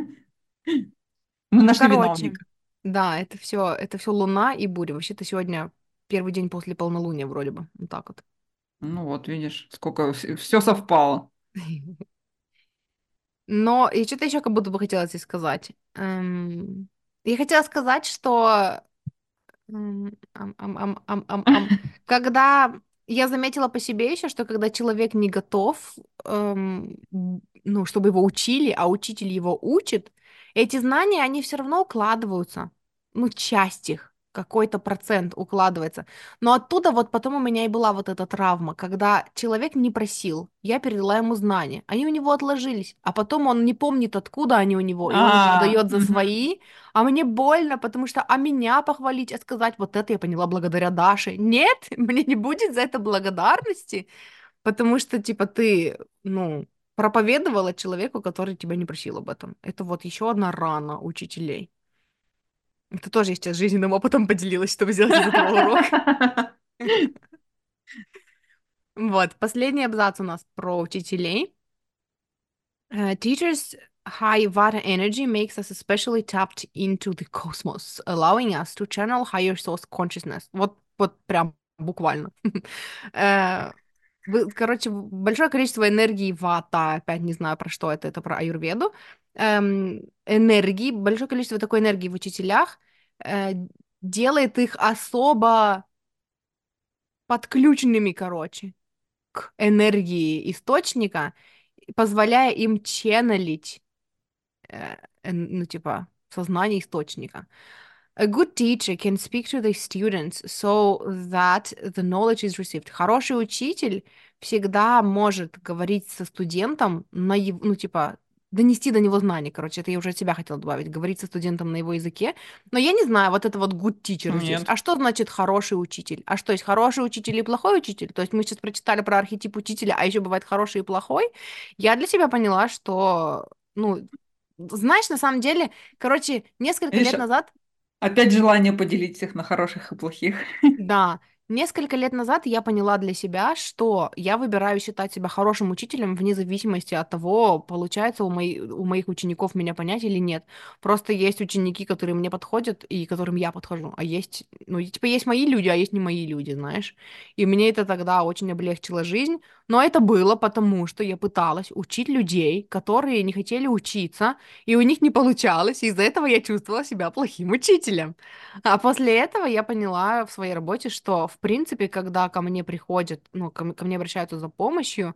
Мы Ну, нашли короче, виновника. да, это все Луна и буря. Вообще-то сегодня первый день после полнолуния вроде бы. Вот так вот. Ну вот, видишь, сколько все совпало. Но и что-то еще как будто бы хотела тебе сказать. Я хотела сказать, что когда я заметила по себе еще, что когда человек не готов, ну, чтобы его учили, а учитель его учит, эти знания, они все равно укладываются. Ну, часть их, какой-то процент укладывается. Но оттуда вот потом у меня и была вот эта травма, когда человек не просил, я передала ему знания, они у него отложились, а потом он не помнит, откуда они у него, и он их выдает за Мгм. свои, а мне больно, потому что, а меня похвалить, а сказать, вот это я поняла благодаря Даше. Нет, мне не будет за это благодарности, потому что, типа, ты, ну, проповедовала человеку, который тебя не просил об этом. Это вот еще одна рана учителей. Это тоже я сейчас жизненным опытом поделилась, чтобы сделать из этого урок. Вот, последний абзац у нас про учителей. Teachers' high vata energy makes us especially tapped into the cosmos, allowing us to channel higher source consciousness. Вот прям буквально. Э, Короче, большое количество энергии вата, опять не знаю про что это про аюрведу, энергии, большое количество такой энергии в учителях э, делает их особо подключенными, короче, к энергии источника, позволяя им ченнелить ну, типа, сознание источника. A good teacher can speak to the students so that the knowledge is received. Хороший учитель всегда может говорить со студентом на его, ну, типа, донести до него знания, короче, это я уже от себя хотела добавить, говорить со студентом на его языке, но я не знаю, вот это вот good teacher здесь. Нет. А что значит хороший учитель? А что есть хороший учитель и плохой учитель? То есть мы сейчас прочитали про архетип учителя, а еще бывает хороший и плохой. Я для себя поняла, что, ну, знаешь, на самом деле, короче, несколько Видишь, лет назад, опять желание поделить всех на хороших и плохих. да, несколько лет назад я поняла для себя, что я выбираю считать себя хорошим учителем вне зависимости от того, получается у моих учеников меня понять или нет. Просто есть ученики, которые мне подходят и которым я подхожу, а есть, ну, типа, есть мои люди, а есть не мои люди, знаешь. И мне это тогда очень облегчило жизнь, но это было потому, что я пыталась учить людей, которые не хотели учиться, и у них не получалось, и из-за этого я чувствовала себя плохим учителем. А после этого я поняла в своей работе, что, в принципе, когда ко мне приходят, ну, ко мне обращаются за помощью,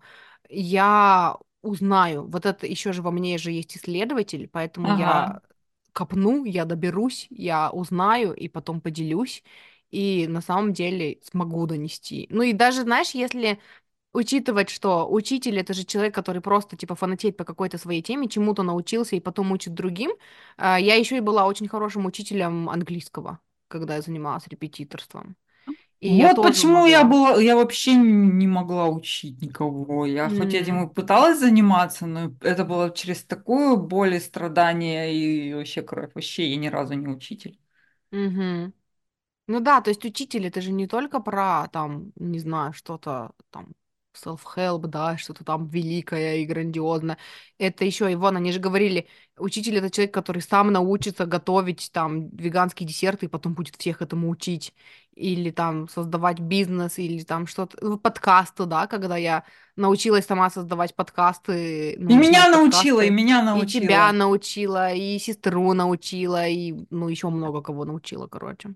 я узнаю. Вот это еще же во мне же есть исследователь, поэтому Ага. я копну, я доберусь, я узнаю и потом поделюсь, и на самом деле смогу донести. Ну и даже, знаешь, если учитывать, что учитель — это же человек, который просто, типа, фанатеет по какой-то своей теме, чему-то научился и потом учит другим. Я еще и была очень хорошим учителем английского, когда я занималась репетиторством. И я Вот тоже почему могла. я вообще не могла учить никого. Я хоть этим М, и пыталась заниматься, но это было через такую боль и страдания и вообще кровь. Вообще я ни разу не учитель. мгм. Ну да, то есть учитель это же не только про там, не знаю, что-то там self-help, да, что-то там великое и грандиозное. Это еще и вон, они же говорили, учитель это человек, который сам научится готовить там веганские десерты и потом будет всех этому учить. Или там создавать бизнес, или там что-то, подкасты, да, когда я научилась сама создавать подкасты, И ну, меня делать научила, и подкасты, меня и тебя научила. научила, и сестру научила, и, ну, еще много кого научила, короче.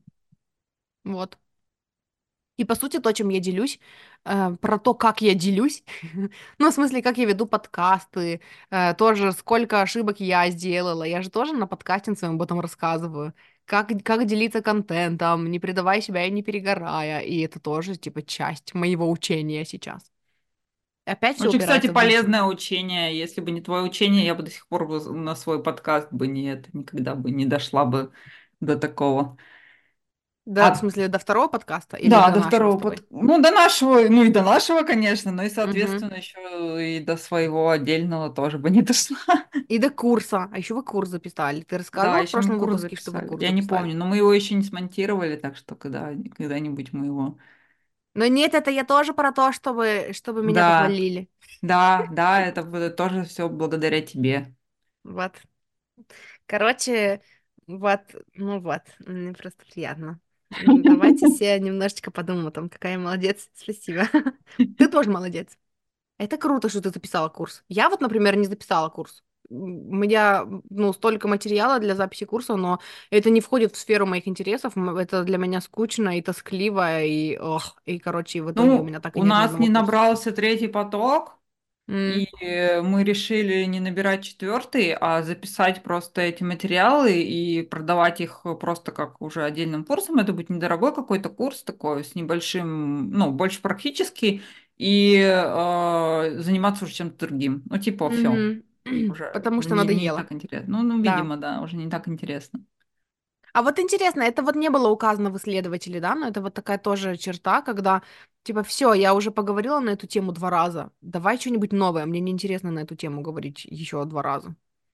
Вот. И по сути то, чем я делюсь, про то, как я делюсь, ну, в смысле, как я веду подкасты, тоже сколько ошибок я сделала, я же тоже на подкасте своем об этом рассказываю, как делиться контентом, не предавая себя и не перегорая, и это тоже, типа, часть моего учения сейчас. Опять все Очень, кстати, упирается в личность. полезное учение. Если бы не твое учение, я бы до сих пор на свой подкаст бы никогда бы не дошла бы до такого. Да, в А смысле, до второго подкаста или да, до до нашего с второго тобой? ну, до нашего, ну и до нашего, конечно, но и, Мгм. соответственно, еще и до своего отдельного тоже бы не дошла. И до курса. А еще вы курс записали. Ты Да, рассказывала в еще мы прошлом курс выпуске, что вы записали. курс Я не записали? помню, но мы его еще не смонтировали, так что когда-нибудь мы его... Но нет, это я тоже про то, чтобы меня Да, похвалили. да, да, это будет тоже все благодаря тебе. Вот. Короче, вот, ну вот, мне просто приятно. Давайте все немножечко подумаем о том, какая я молодец. Спасибо. Ты тоже молодец. Это круто, что ты записала курс. Я вот, например, не записала курс. У меня, ну, столько материала для записи курса, но это не входит в сферу моих интересов. Это для меня скучно и тоскливо, и, ох, и, короче, в итоге у Ну, меня так и у нет ни нас одного не курса. набрался третий поток, М, и мы решили не набирать четвертый, а записать просто эти материалы и продавать их просто как уже отдельным курсом. Это будет недорогой какой-то курс такой с небольшим, ну, больше практический, и заниматься уже чем-то другим. Ну, типа, все, мгм. Потому уже что не надоело. так интересно. Ну, Да. видимо, да, уже не так интересно. А вот интересно, это вот не было указано в исследователе, да, но это вот такая тоже черта, когда, типа, все, я уже поговорила на эту тему 2 раза, давай что-нибудь новое, мне неинтересно на эту тему говорить еще 2 раза.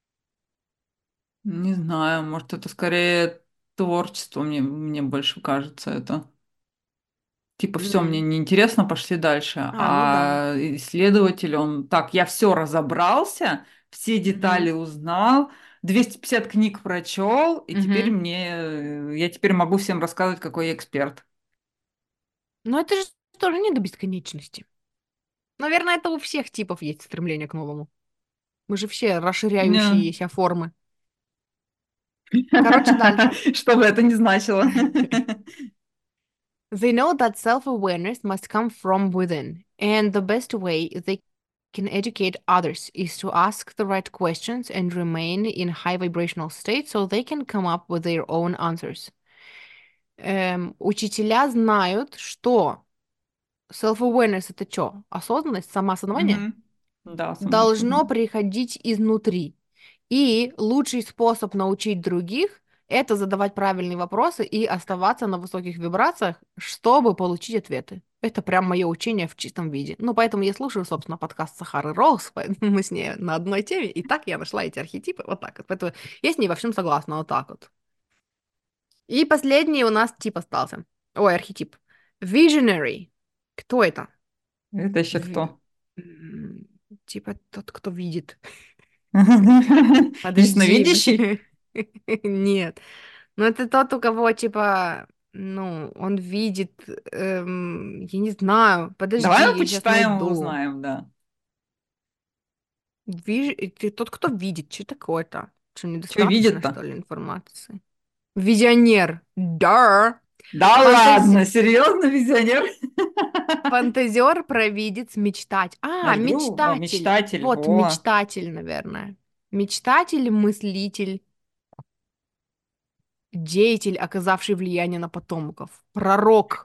Не знаю, может, это скорее творчество, мне больше кажется это. Типа, все, мне М. неинтересно, пошли дальше. Ну да. А исследователь, он так, я все разобрался, все Мгм. детали узнал, 250 книг прочел, и теперь Мгм. я теперь могу всем рассказывать, какой я эксперт. Но это же тоже не до бесконечности. Наверное, это у всех типов есть стремление к новому. Мы же все Не. расширяющиеся формы. Короче, дальше. Что бы это ни значило. They know that self-awareness must come from within, and the best way they can educate others is to ask the right questions and remain in high vibrational state so they can come up with their own answers. Учителя знают, что self-awareness это что? Осознанность, самоосознавание? Мгм. Да, Должно самоосознание. приходить изнутри. И лучший способ научить других — это задавать правильные вопросы и оставаться на высоких вибрациях, чтобы получить ответы. Это прям мое учение в чистом виде. Ну, поэтому я слушаю, собственно, подкаст Сахары Роуз, поэтому мы с ней на одной теме, и так я нашла эти архетипы, вот так вот. Поэтому я с ней во всем согласна, вот так вот. И последний у нас тип остался. Ой, архетип. Visionary. Кто это? Это еще Ви- кто? м, Типа тот, кто видит. Подожди, Ясновидящий? нет. Ну, это тот, у кого, типа, ну, он видит, я не знаю, Давай подожди, мы я сейчас почитаем и найду. узнаем, да. Ты тот, кто видит, что такое-то? Что, Что недостаточно, видит-то? что ли, информации? Визионер. Да. Да ладно, серьезно, визионер? Фантазер, провидец, мечтатель. А, Наш друг, о, мечтатель. мечтатель, Вот, во. мечтатель, наверное. Мечтатель, мыслитель, деятель, оказавший влияние на потомков. Пророк.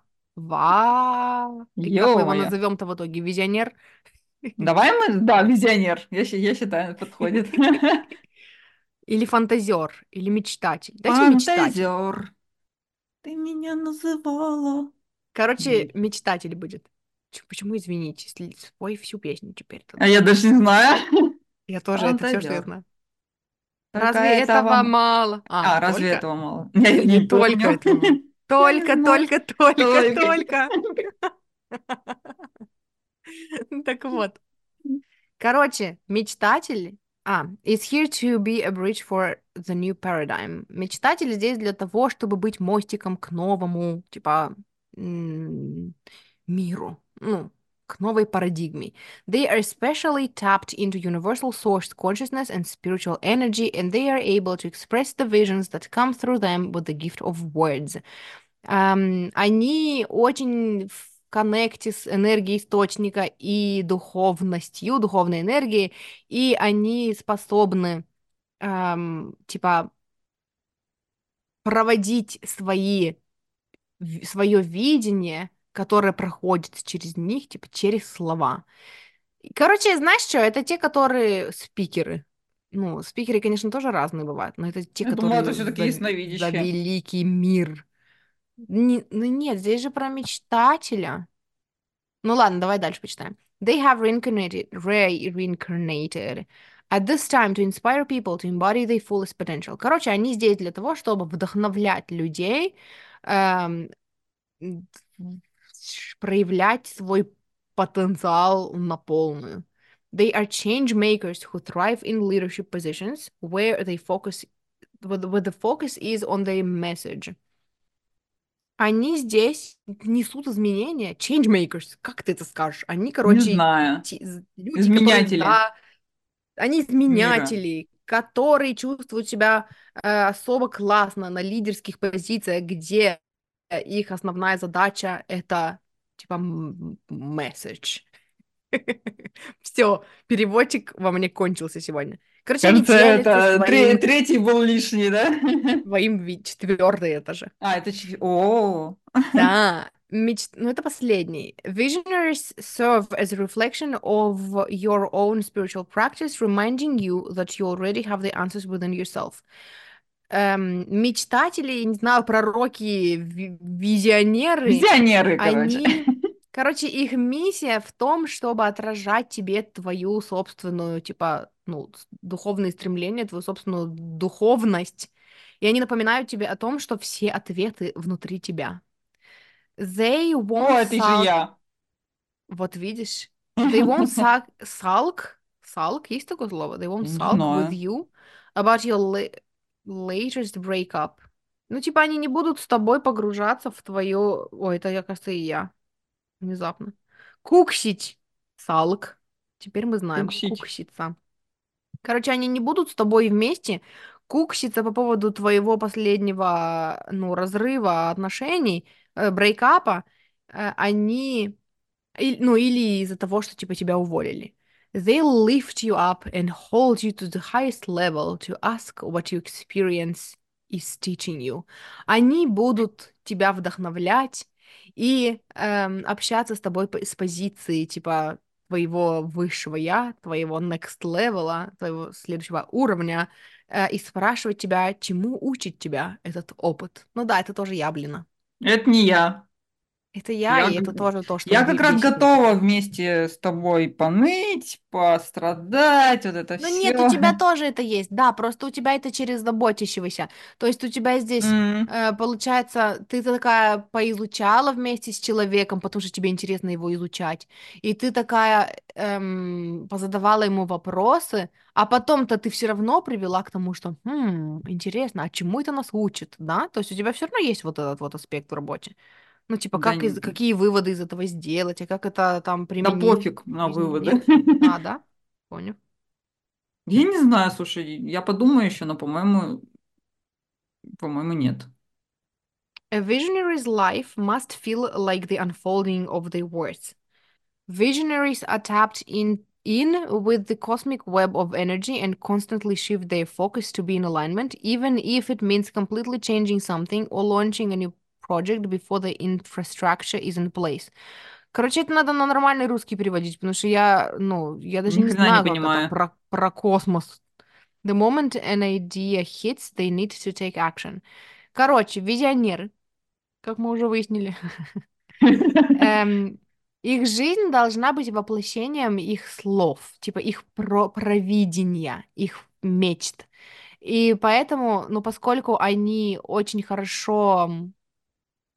И как мы его Ё-моё. назовем-то в итоге? Визионер? Давай мы, да, визионер, я считаю, подходит. Или фантазер? Или мечтатель? Дайте мечтатель. Фантазер, ты меня называла. Короче, Есть. мечтатель будет. Почему извините? Спой всю песню теперь А тогда. я даже не знаю. Я тоже, это все, что я Фантазер. знаю. Только Разве этого... этого мало? А, А, разве только? этого мало? Я Не не только помню. этого мало. Я не Только, знаю. только, только, Только. только. Так вот. Короче, мечтатель... is here to be a bridge for the new paradigm. Мечтатель здесь для того, чтобы быть мостиком к новому, типа, миру. Ну, к новой парадигме. They are especially tapped into universal source consciousnment and spiritual energy, and they are able to express the visions that come through them with the gift of words. Они очень в коннекте с энергией источника и духовностью, духовной энергией, и они способны, типа, проводить свое видение, которое проходит через них, типа, через слова. Короче, знаешь что, это те, которые спикеры. Ну, спикеры, конечно, тоже разные бывают, но это те, Я думала, это которые все-таки за ясновидящие. великий мир. Ну нет, здесь же про мечтателя. Ну ладно, давай дальше почитаем. They have reincarnated at this time to inspire people to embody their fullest potential. Короче, они здесь для того, чтобы вдохновлять людей, эм, м, проявлять свой потенциал на полную. They are change makers who thrive in leadership positions where they focus, where the focus is on their message. Они здесь несут изменения. Changemakers, как ты это скажешь? Они, Не короче, знаю. люди, которые, Изменятели да, они мира. изменятели, которые чувствуют себя особо классно на лидерских позициях, где их основная задача — это, типа, месседж. Все, переводчик во мне кончился сегодня. Короче, они Кажется, делятся это своим, третий был лишний, да? четвертый это же. А, О, Да, ну это последний. Visionaries serve as a reflection of your own spiritual practice, reminding you that you already have the answers within yourself. Мечтатели, не знаю, пророки, визионеры, визионеры, короче. они, короче, их миссия в том, чтобы отражать тебе твою собственную, типа, ну, духовные стремления, твою собственную духовность. И они напоминают тебе о том, что все ответы внутри тебя. They О, won't это же sulk. я. Вот видишь. They won't sulk. Sulk, есть такое слово? They won't Я не sulk with знаю. you about your latest breakup. Ну, типа, они не будут с тобой погружаться в твое... Ой, это, кажется, и я. Внезапно. Куксить. Салк. Теперь мы знаем. Уксить. Кукситься. Короче, они не будут с тобой вместе кукситься по поводу твоего последнего, ну, разрыва отношений, брейкапа. Они ну, или из-за того, что, типа, тебя уволили. They'll lift you up and hold you to the highest level to ask what your experience is teaching you. Они будут тебя вдохновлять и общаться с тобой с позиции, типа, твоего высшего я, твоего next level, твоего следующего уровня, и спрашивать тебя, чему учит тебя этот опыт. Ну да, это тоже я, блин. Это не я. Это я, Я, и это г- тоже то, что я как раз бесит меня. готова вместе с тобой поныть, пострадать, вот это Ну нет, у все. тебя тоже это есть, да, просто у тебя это через заботящегося. То есть у тебя здесь, получается, ты такая поизучала вместе с человеком, потому что тебе интересно его изучать, и ты такая позадавала ему вопросы, а потом-то ты все равно привела к тому, что, интересно, а чему это нас учит, да? То есть у тебя все равно есть вот этот вот аспект в работе. Ну, типа, Да, какие выводы из этого сделать, а как это там да применить пофиг в на жизни? выводы. Нет? А, да? Понял. Я не знаю, слушай, я подумаю еще, но, по-моему, нет. A visionary's life must feel like the unfolding of their words. Visionaries are tapped in with the cosmic web of energy and constantly shift their focus to be in alignment, even if it means completely changing something or launching a new project before the infrastructure is in place. Короче, это надо на нормальный русский переводить, потому что я даже Ни не хрена не знаю, как это понимаю. про космос. The moment an idea hits, they need to take action. Короче, визионеры, как мы уже выяснили. Эм, Их жизнь должна быть воплощением их слов, типа их провидения, их мечт. И поэтому, ну, поскольку они очень хорошо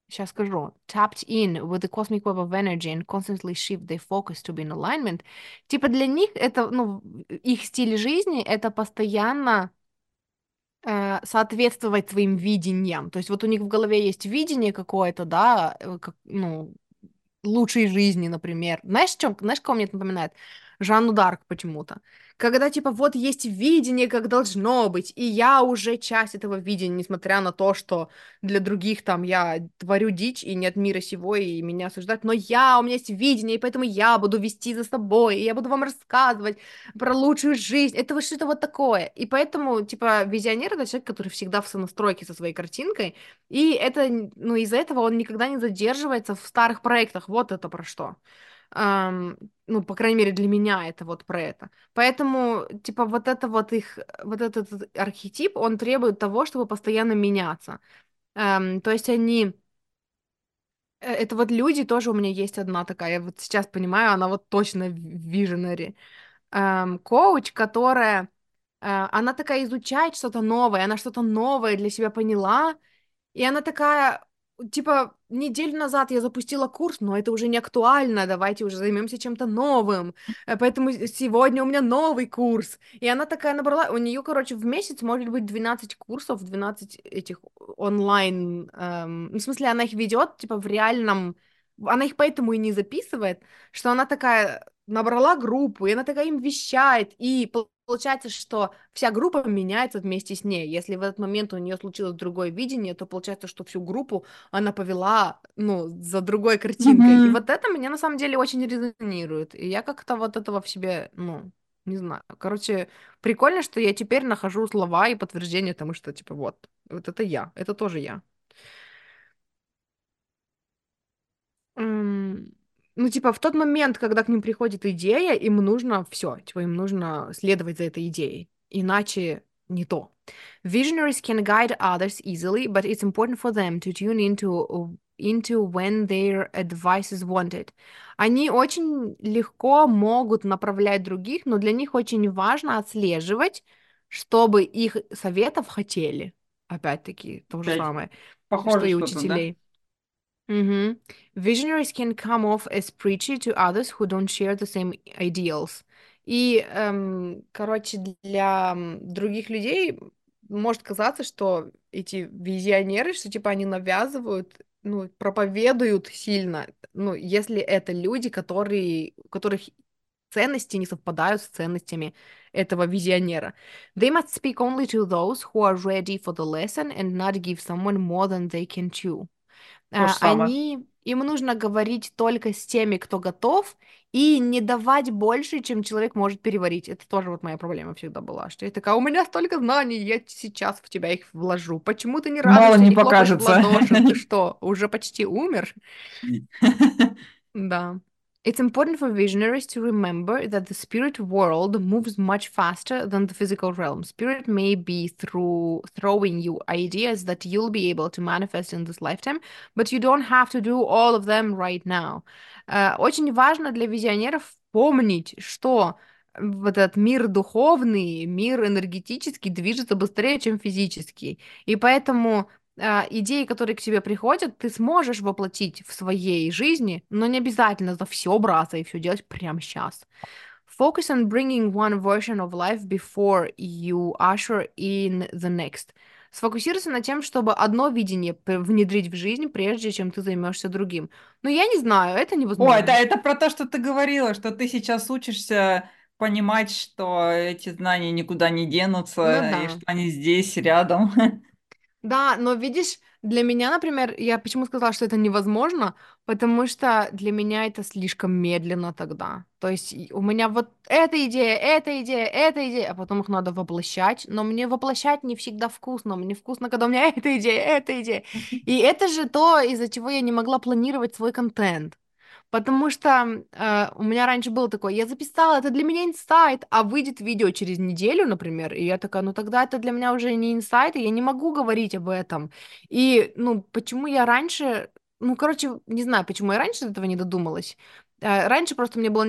сейчас скажу, tapped in with the cosmic web of energy and constantly shift their focus to be in alignment. Типа для них это, ну, их стиль жизни — это постоянно соответствовать своим видениям. То есть вот у них в голове есть видение какое-то, да, ну, лучшей жизни, например. Знаешь, кого мне это напоминает? Жанну Дарк почему-то. Когда, типа, вот есть видение, как должно быть, и я уже часть этого видения, несмотря на то, что для других там я творю дичь, и нет мира сего, и меня осуждают, но у меня есть видение, и поэтому я буду вести за собой, и я буду вам рассказывать про лучшую жизнь. Это вот что-то вот такое. И поэтому, типа, визионер — это человек, который всегда в сонастройке со своей картинкой, и это, ну, из-за этого он никогда не задерживается в старых проектах. Вот это про что. Ам, ну, по крайней мере, для меня это вот про это. Поэтому, типа, вот это вот их, вот этот архетип, он требует того, чтобы постоянно меняться. То есть они... Это вот люди, тоже у меня есть одна такая, я вот сейчас понимаю, она вот точно visionary. Коуч, которая... она такая изучает что-то новое, она что-то новое для себя поняла, и она такая, типа, неделю назад я запустила курс, но это уже не актуально, давайте уже займемся чем-то новым. Поэтому сегодня у меня новый курс. И она такая набрала, у нее, короче, в месяц может быть 12 курсов, 12 этих онлайн, ну, в смысле, она их ведет, типа, в реальном, она их поэтому и не записывает, что она такая набрала группу, и она такая им вещает, и получается, что вся группа меняется вместе с ней. Если в этот момент у нее случилось другое видение, то получается, что всю группу она повела, ну, за другой картинкой. И Мгм. вот это мне на самом деле очень резонирует. И я как-то вот этого в себе, ну, не знаю. Короче, прикольно, что я теперь нахожу слова и подтверждения тому, что, типа, вот это я, это тоже я. М, Ну, типа, в тот момент, когда к ним приходит идея, им нужно все, типа, им нужно следовать за этой идеей, иначе не то. Visionaries can guide others easily, but it's important for them to tune into when their advice is wanted. Они очень легко могут направлять других, но для них очень важно отслеживать, чтобы их советов хотели. Опять-таки, то же Опять самое, что похоже и что-то, да? учителей. Мгм. Visionaries can come off as preachy to others who don't share the same ideals. И, короче, для других людей может казаться, что эти визионеры, что типа они навязывают, ну, проповедуют сильно, ну, если это люди, у которых ценности не совпадают с ценностями этого визионера. They must speak only to those who are ready for the lesson and not give someone more than they can chew. То же самое. Им нужно говорить только с теми, кто готов, и не давать больше, чем человек может переварить. Это тоже вот моя проблема всегда была, что я такая, у меня столько знаний, я сейчас в тебя их вложу. Почему ты не Мало радуешься, не не хлопаешь в покажется. ладоши? Ты что, уже почти умер? Да. It's important for visionaries to remember that the spirit world moves much faster than the physical realm. Spirit may be throwing you ideas that you'll be able to manifest in this lifetime, but you don't have to do all of them right now. Очень важно для визионеров помнить, что вот этот мир духовный, мир энергетический движется быстрее, чем физический. И поэтому идеи, которые к тебе приходят, ты сможешь воплотить в своей жизни, но не обязательно за все браться и все делать прямо сейчас. Focus on bringing one version of life before you usher in the next. Сфокусируйся на тем, чтобы одно видение внедрить в жизнь, прежде чем ты займешься другим. Но я не знаю, это О, это, невозможно. это про то, что ты говорила, что ты сейчас учишься понимать, что эти знания никуда не Ну денутся, и да. что они здесь, рядом. Да, но видишь, для меня, например, я почему сказала, что это невозможно, потому что для меня это слишком медленно тогда. То есть у меня вот эта идея, эта идея, эта идея, а потом их надо воплощать, но мне воплощать не всегда вкусно. Мне вкусно, когда у меня эта идея, эта идея. И это же то, из-за чего я не могла планировать свой контент. Потому что у меня раньше было такое, я записала, это для меня инсайт, а выйдет видео через неделю, например, и я такая, ну тогда это для меня уже не инсайт, и я не могу говорить об этом. И, ну, почему я раньше, ну, короче, не знаю, почему я раньше до этого не додумалась. Раньше просто мне было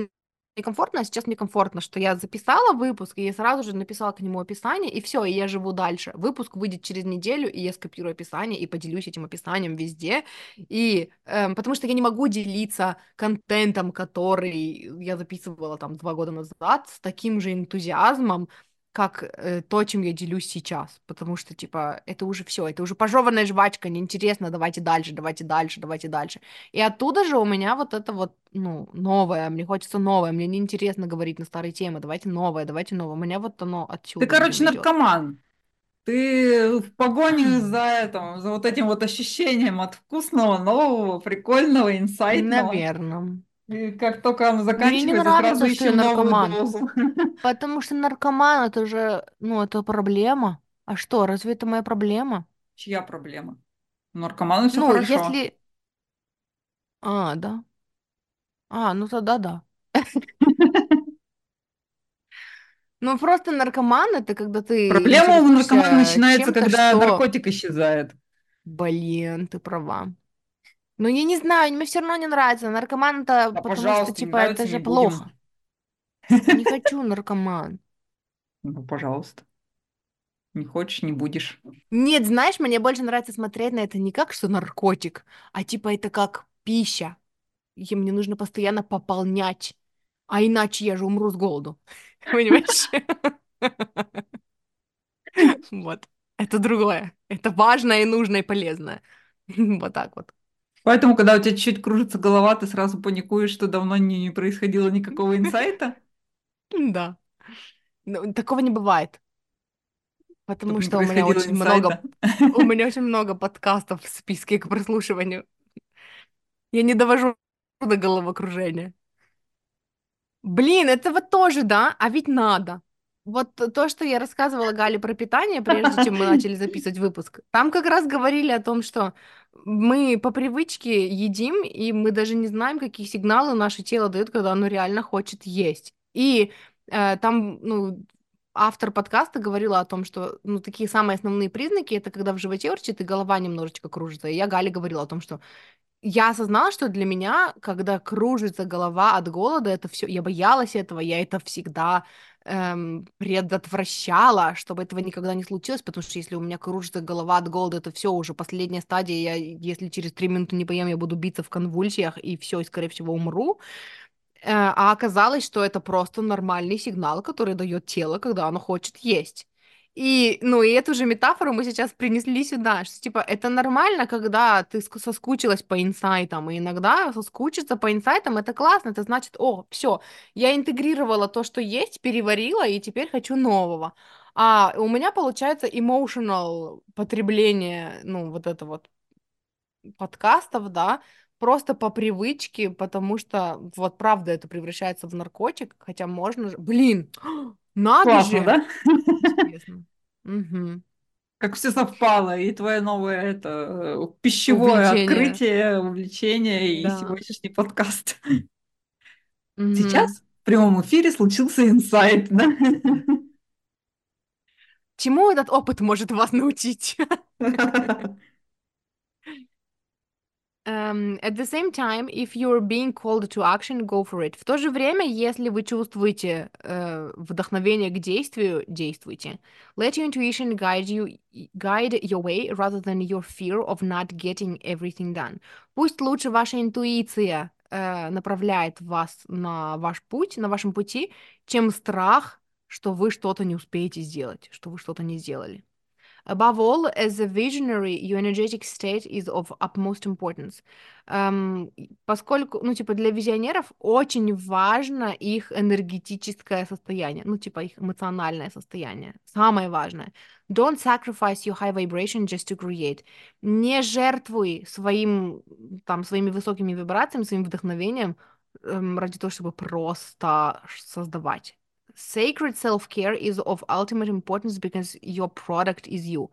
некомфортно, а сейчас мне комфортно, что я записала выпуск, и я сразу же написала к нему описание, и все, и я живу дальше. Выпуск выйдет через неделю, и я скопирую описание и поделюсь этим описанием везде. И потому что я не могу делиться контентом, который я записывала там 2 года назад, с таким же энтузиазмом, как то, чем я делюсь сейчас. Потому что, типа, это уже все, это уже пожеванная жвачка, неинтересно, давайте дальше, давайте дальше, давайте дальше. И оттуда же у меня вот это вот, ну, новое, мне хочется новое, мне неинтересно говорить на старые темы, давайте новое. У меня вот оно Ты, отсюда, короче, видимо, идет. наркоман. Ты в погоне за вот этим вот ощущением от вкусного, нового, прикольного, инсайтного. Наверное. И как только он Мне не заканчивается, сразу нравится, что я ищем новую наркоман, дозу. потому что наркоман это же, ну, это проблема. А что, разве это моя проблема? Чья проблема? У наркомана все Ну, хорошо. если... А, да. А, ну тогда да. Ну, просто наркоман это когда ты Проблема у наркомана интересуешься начинается, чем-то, когда что... наркотик исчезает. Блин, ты права. Ну, я не знаю, мне все равно не нравится. Наркоман это Да, потому что, пожалуйста, не типа, это нравится, же не будем. плохо. Не хочу наркоман. Ну, пожалуйста. Не хочешь, не будешь. Нет, знаешь, мне больше нравится смотреть на это не как что наркотик, а типа это как пища. И мне нужно постоянно пополнять, а иначе я же умру с голоду. Понимаешь? Вот. Это другое. Это важное и нужное и полезное. Вот так вот. Поэтому, когда у тебя чуть-чуть кружится голова, ты сразу паникуешь, что давно не происходило никакого инсайта, Да. Ну, такого не бывает, потому чтобы не что у меня происходило очень много инсайта. У меня очень много подкастов в списке к прослушиванию. Я не довожу до головокружения. Блин, это вот тоже, да? А ведь надо. Вот то, что я рассказывала Гале про питание, прежде чем мы начали записывать выпуск, там как раз говорили о том, что мы по привычке едим, и мы даже не знаем, какие сигналы наше тело дает, когда оно реально хочет есть. И там, ну, автор подкаста говорила о том, что, ну, такие самые основные признаки, это когда в животе урчит и голова немножечко кружится. И я Гале говорила о том, что я осознала, что для меня, когда кружится голова от голода, это все, я боялась этого, я это всегда предотвращала, чтобы этого никогда не случилось, потому что если у меня кружится голова от голода, это все уже последняя стадия, если через 3 минуты не поем, я буду биться в конвульсиях и все, и скорее всего умру. А оказалось, что это просто нормальный сигнал, который дает тело, когда оно хочет есть. И, ну, и эту же метафору мы сейчас принесли сюда, что, типа, это нормально, когда ты соскучилась по инсайтам, и иногда соскучиться по инсайтам — это классно, это значит, о, все, я интегрировала то, что есть, переварила, и теперь хочу нового. А у меня получается emotional потребление, ну, вот это вот подкастов, да, просто по привычке, потому что вот правда это превращается в наркотик, хотя можно же... Блин, надо Классно, же! да? Интересно. Мгм. Как все совпало, и твое новое пищевое Увлечение. открытие, увлечение и Да. сегодняшний подкаст. Мгм. Сейчас в прямом эфире случился инсайт, да? Чему этот опыт может вас научить? At the same time, if you're being called to action, go for it. В то же время, если вы чувствуете вдохновение к действию, действуйте. Let your intuition guide your way rather than your fear of not getting everything done. Пусть лучше ваша интуиция направляет вас на ваш путь, на вашем пути, чем страх, что вы что-то не успеете сделать, что вы что-то не сделали. Above all, as a visionary, your energetic state is of utmost importance. Поскольку, ну, типа, для визионеров очень важно их энергетическое состояние, ну, типа, их эмоциональное состояние. Самое важное. Don't sacrifice your high vibration just to create. Не жертвуй своими высокими вибрациями, своим вдохновением ради того, чтобы просто создавать. Sacred self-care is of ultimate importance because your product is you.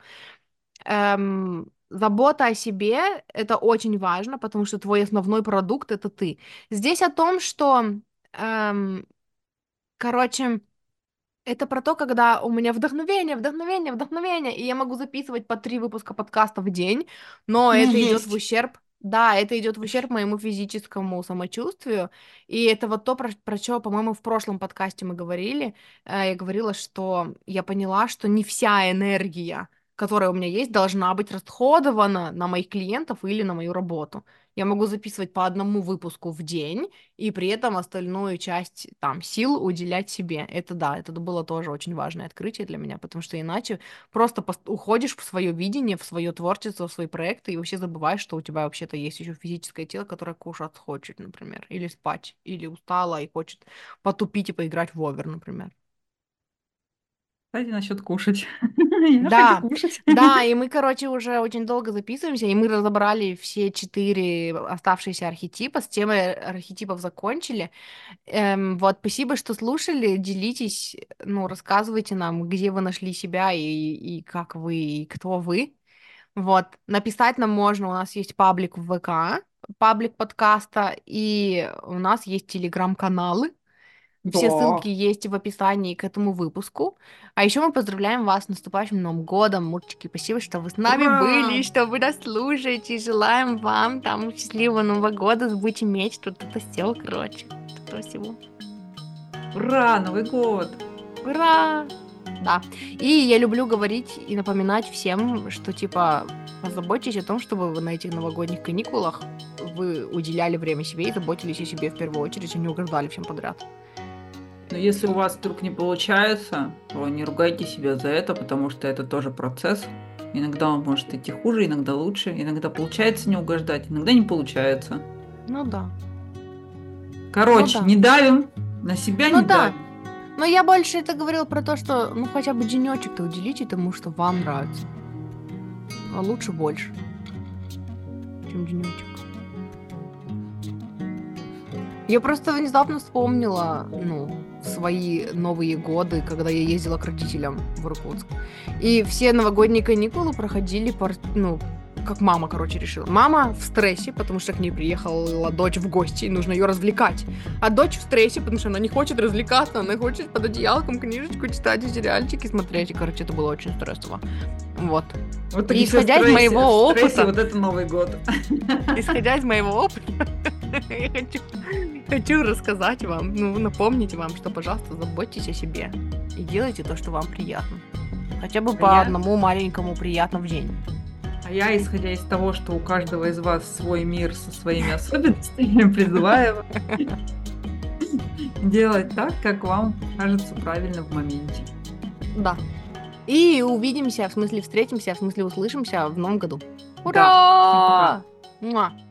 Забота о себе — это очень важно, потому что твой основной продукт — это ты. Здесь о том, что, эм, короче, это про то, когда у меня вдохновение, и я могу записывать по 3 выпуска подкаста в день, но Не это идет в есть. ущерб. Да, это идет в ущерб моему физическому самочувствию. И это вот то, про что, по-моему, в прошлом подкасте мы говорили. Я говорила, что я поняла, что не вся энергия, которая у меня есть, должна быть расходована на моих клиентов или на мою работу. Я могу записывать по одному выпуску в день и при этом остальную часть там сил уделять себе. Это да, это было тоже очень важное открытие для меня, потому что иначе просто уходишь в свое видение, в свое творчество, в свои проекты и вообще забываешь, что у тебя вообще-то есть еще физическое тело, которое кушать хочет, например, или спать, или устала и хочет потупить и поиграть в овер, например. Кстати, насчет кушать. Я хочу Да, кушать. да, и мы, короче, уже очень долго записываемся, и мы разобрали все 4 оставшиеся архетипа, с темой архетипов закончили. Вот, спасибо, что слушали, делитесь, ну, рассказывайте нам, где вы нашли себя и как вы, и кто вы. Вот, написать нам можно, у нас есть паблик в ВК, паблик подкаста, и у нас есть телеграм-каналы. Все ссылки Да. есть в описании к этому выпуску. А еще мы поздравляем вас с наступающим Новым годом, мурчики. Спасибо, что вы с нами Ура! были, что вы нас слушаете. Желаем вам там счастливого Нового года, будете иметь тут это все, короче. Этого всего. Ура! Новый год! Ура! Да. И я люблю говорить и напоминать всем, что типа позаботьтесь о том, чтобы вы на этих новогодних каникулах вы уделяли время себе и заботились о себе в первую очередь, а не угождали всем подряд. Но если у вас вдруг не получается, то не ругайте себя за это, потому что это тоже процесс. Иногда он может идти хуже, иногда лучше, иногда получается не угождать, иногда не получается. Ну да. Ну Короче, да. не давим, на себя Ну не да. давим. Но я больше это говорила про то, что ну хотя бы денечек-то уделите тому, что вам нравится. А лучше больше, чем денечек. Я просто внезапно вспомнила, ну, свои новые годы, когда я ездила к родителям в Иркутск. И все новогодние каникулы проходили, ну, как мама, короче, решила. Мама в стрессе, потому что к ней приехала дочь в гости, и нужно ее развлекать. А дочь в стрессе, потому что она не хочет развлекаться, она хочет под одеялком книжечку читать и сериальчики смотреть. И, короче, это было очень стрессово. Вот. Вот И такие все в исходя из стрессе, моего в стрессе, опыта, вот это Новый год. исходя из моего опыта, я хочу рассказать вам, ну, напомнить вам, что, пожалуйста, заботьтесь о себе и делайте то, что вам приятно. Хотя бы А по я, одному маленькому приятно в день. а я, исходя из того, что у каждого из вас свой мир со своими особенностями, призываю вас делать так, как вам кажется правильно в моменте. Да. И увидимся, в смысле встретимся, в смысле услышимся в новом году. Да, всем пока. Ура! Муа!